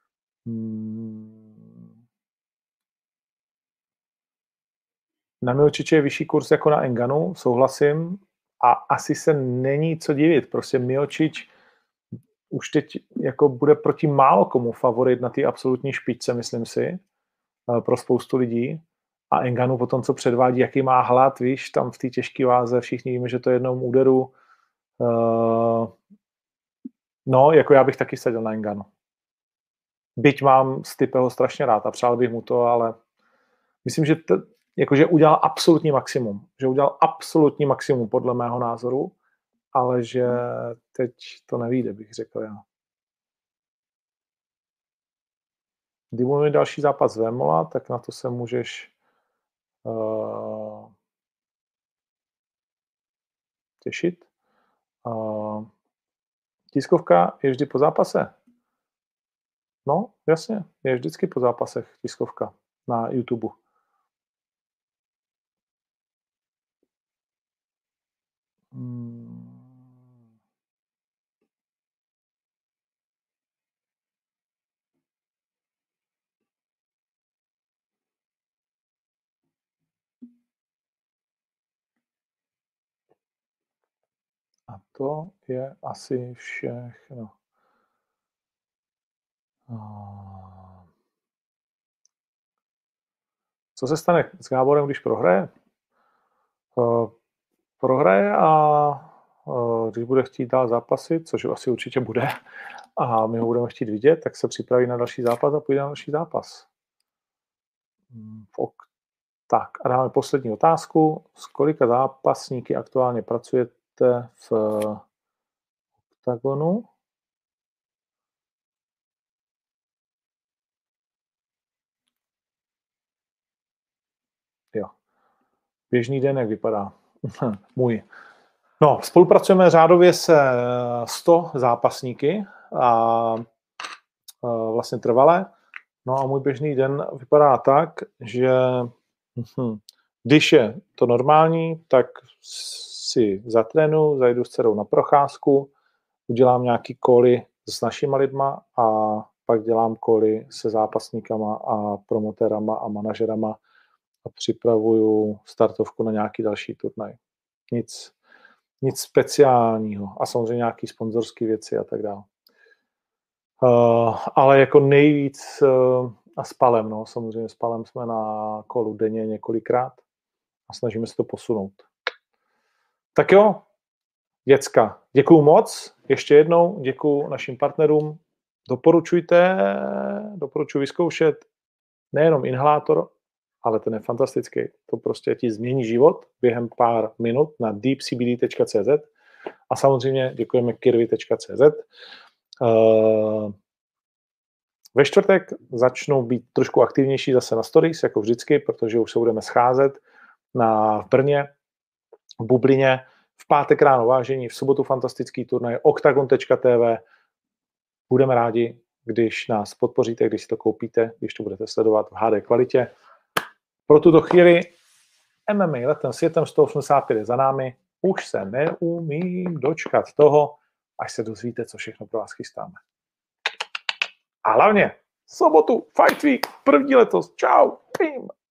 [SPEAKER 3] Na Miociče je vyšší kurz jako na Enganu, souhlasím, a asi se není co divit, prostě Miocič už teď jako bude proti málo komu favorit na té absolutní špičce, myslím si, pro spoustu lidí. A Ngannou po tom, co předvádí, jaký má hlad, víš, tam v té těžké váze, všichni víme, že to je jednou úderu. No, jako já bych taky seděl na Ngannou. Byť mám Stipeho strašně rád a přál bych mu to, ale myslím, že jakože udělal absolutní maximum. Že udělal absolutní maximum podle mého názoru, ale že teď to nevyjde, bych řekl já. Když budeme další zápas Vémola, tak na to se můžeš těšit. Tiskovka je vždy po zápase. No, jasně, je vždycky po zápasech tiskovka na YouTube. A to je asi všechno. Co se stane s Gáborem, když prohraje? Prohraje a když bude chtít dál zápasit, což asi určitě bude, a my ho budeme chtít vidět, tak se připraví na další zápas a půjde na další zápas. Tak a dáme poslední otázku. S kolika zápasníky aktuálně pracujete v Oktagonu? Jo. Běžný den, jak vypadá? Můj. No, spolupracujeme řádově se 100 zápasníky a vlastně trvale. No a můj běžný den vypadá tak, že když je to normální, tak si zatrénu, zajdu s dcerou na procházku, udělám nějaký koly s našima lidma a pak dělám koly se zápasníkama a promotérama a manažerama a připravuju startovku na nějaký další turnaj. Nic speciálního a samozřejmě nějaký sponzorské věci a tak dále. Ale jako nejvíc a s Palem, no, samozřejmě s Palem jsme na kolu denně několikrát a snažíme se to posunout. Tak jo, děcka, děkuju moc, ještě jednou děkuju našim partnerům, doporučuji vyzkoušet nejenom inhalátor, ale ten je fantastický, to prostě ti změní život během pár minut na deepcbd.cz a samozřejmě děkujeme kirvi.cz. Ve čtvrtek začnou být trošku aktivnější zase na stories, jako vždycky, protože už se budeme scházet v Brně, v Bublině, v pátek ráno vážení, v sobotu fantastický turnaj Octagon.tv. Budeme rádi, když nás podpoříte, když si to koupíte, když to budete sledovat v HD kvalitě. Pro tuto chvíli MMA letem světem 185 je za námi. Už se neumím dočkat toho, až se dozvíte, co všechno pro vás chystáme. A hlavně sobotu, Fight Week, první letos. Čau.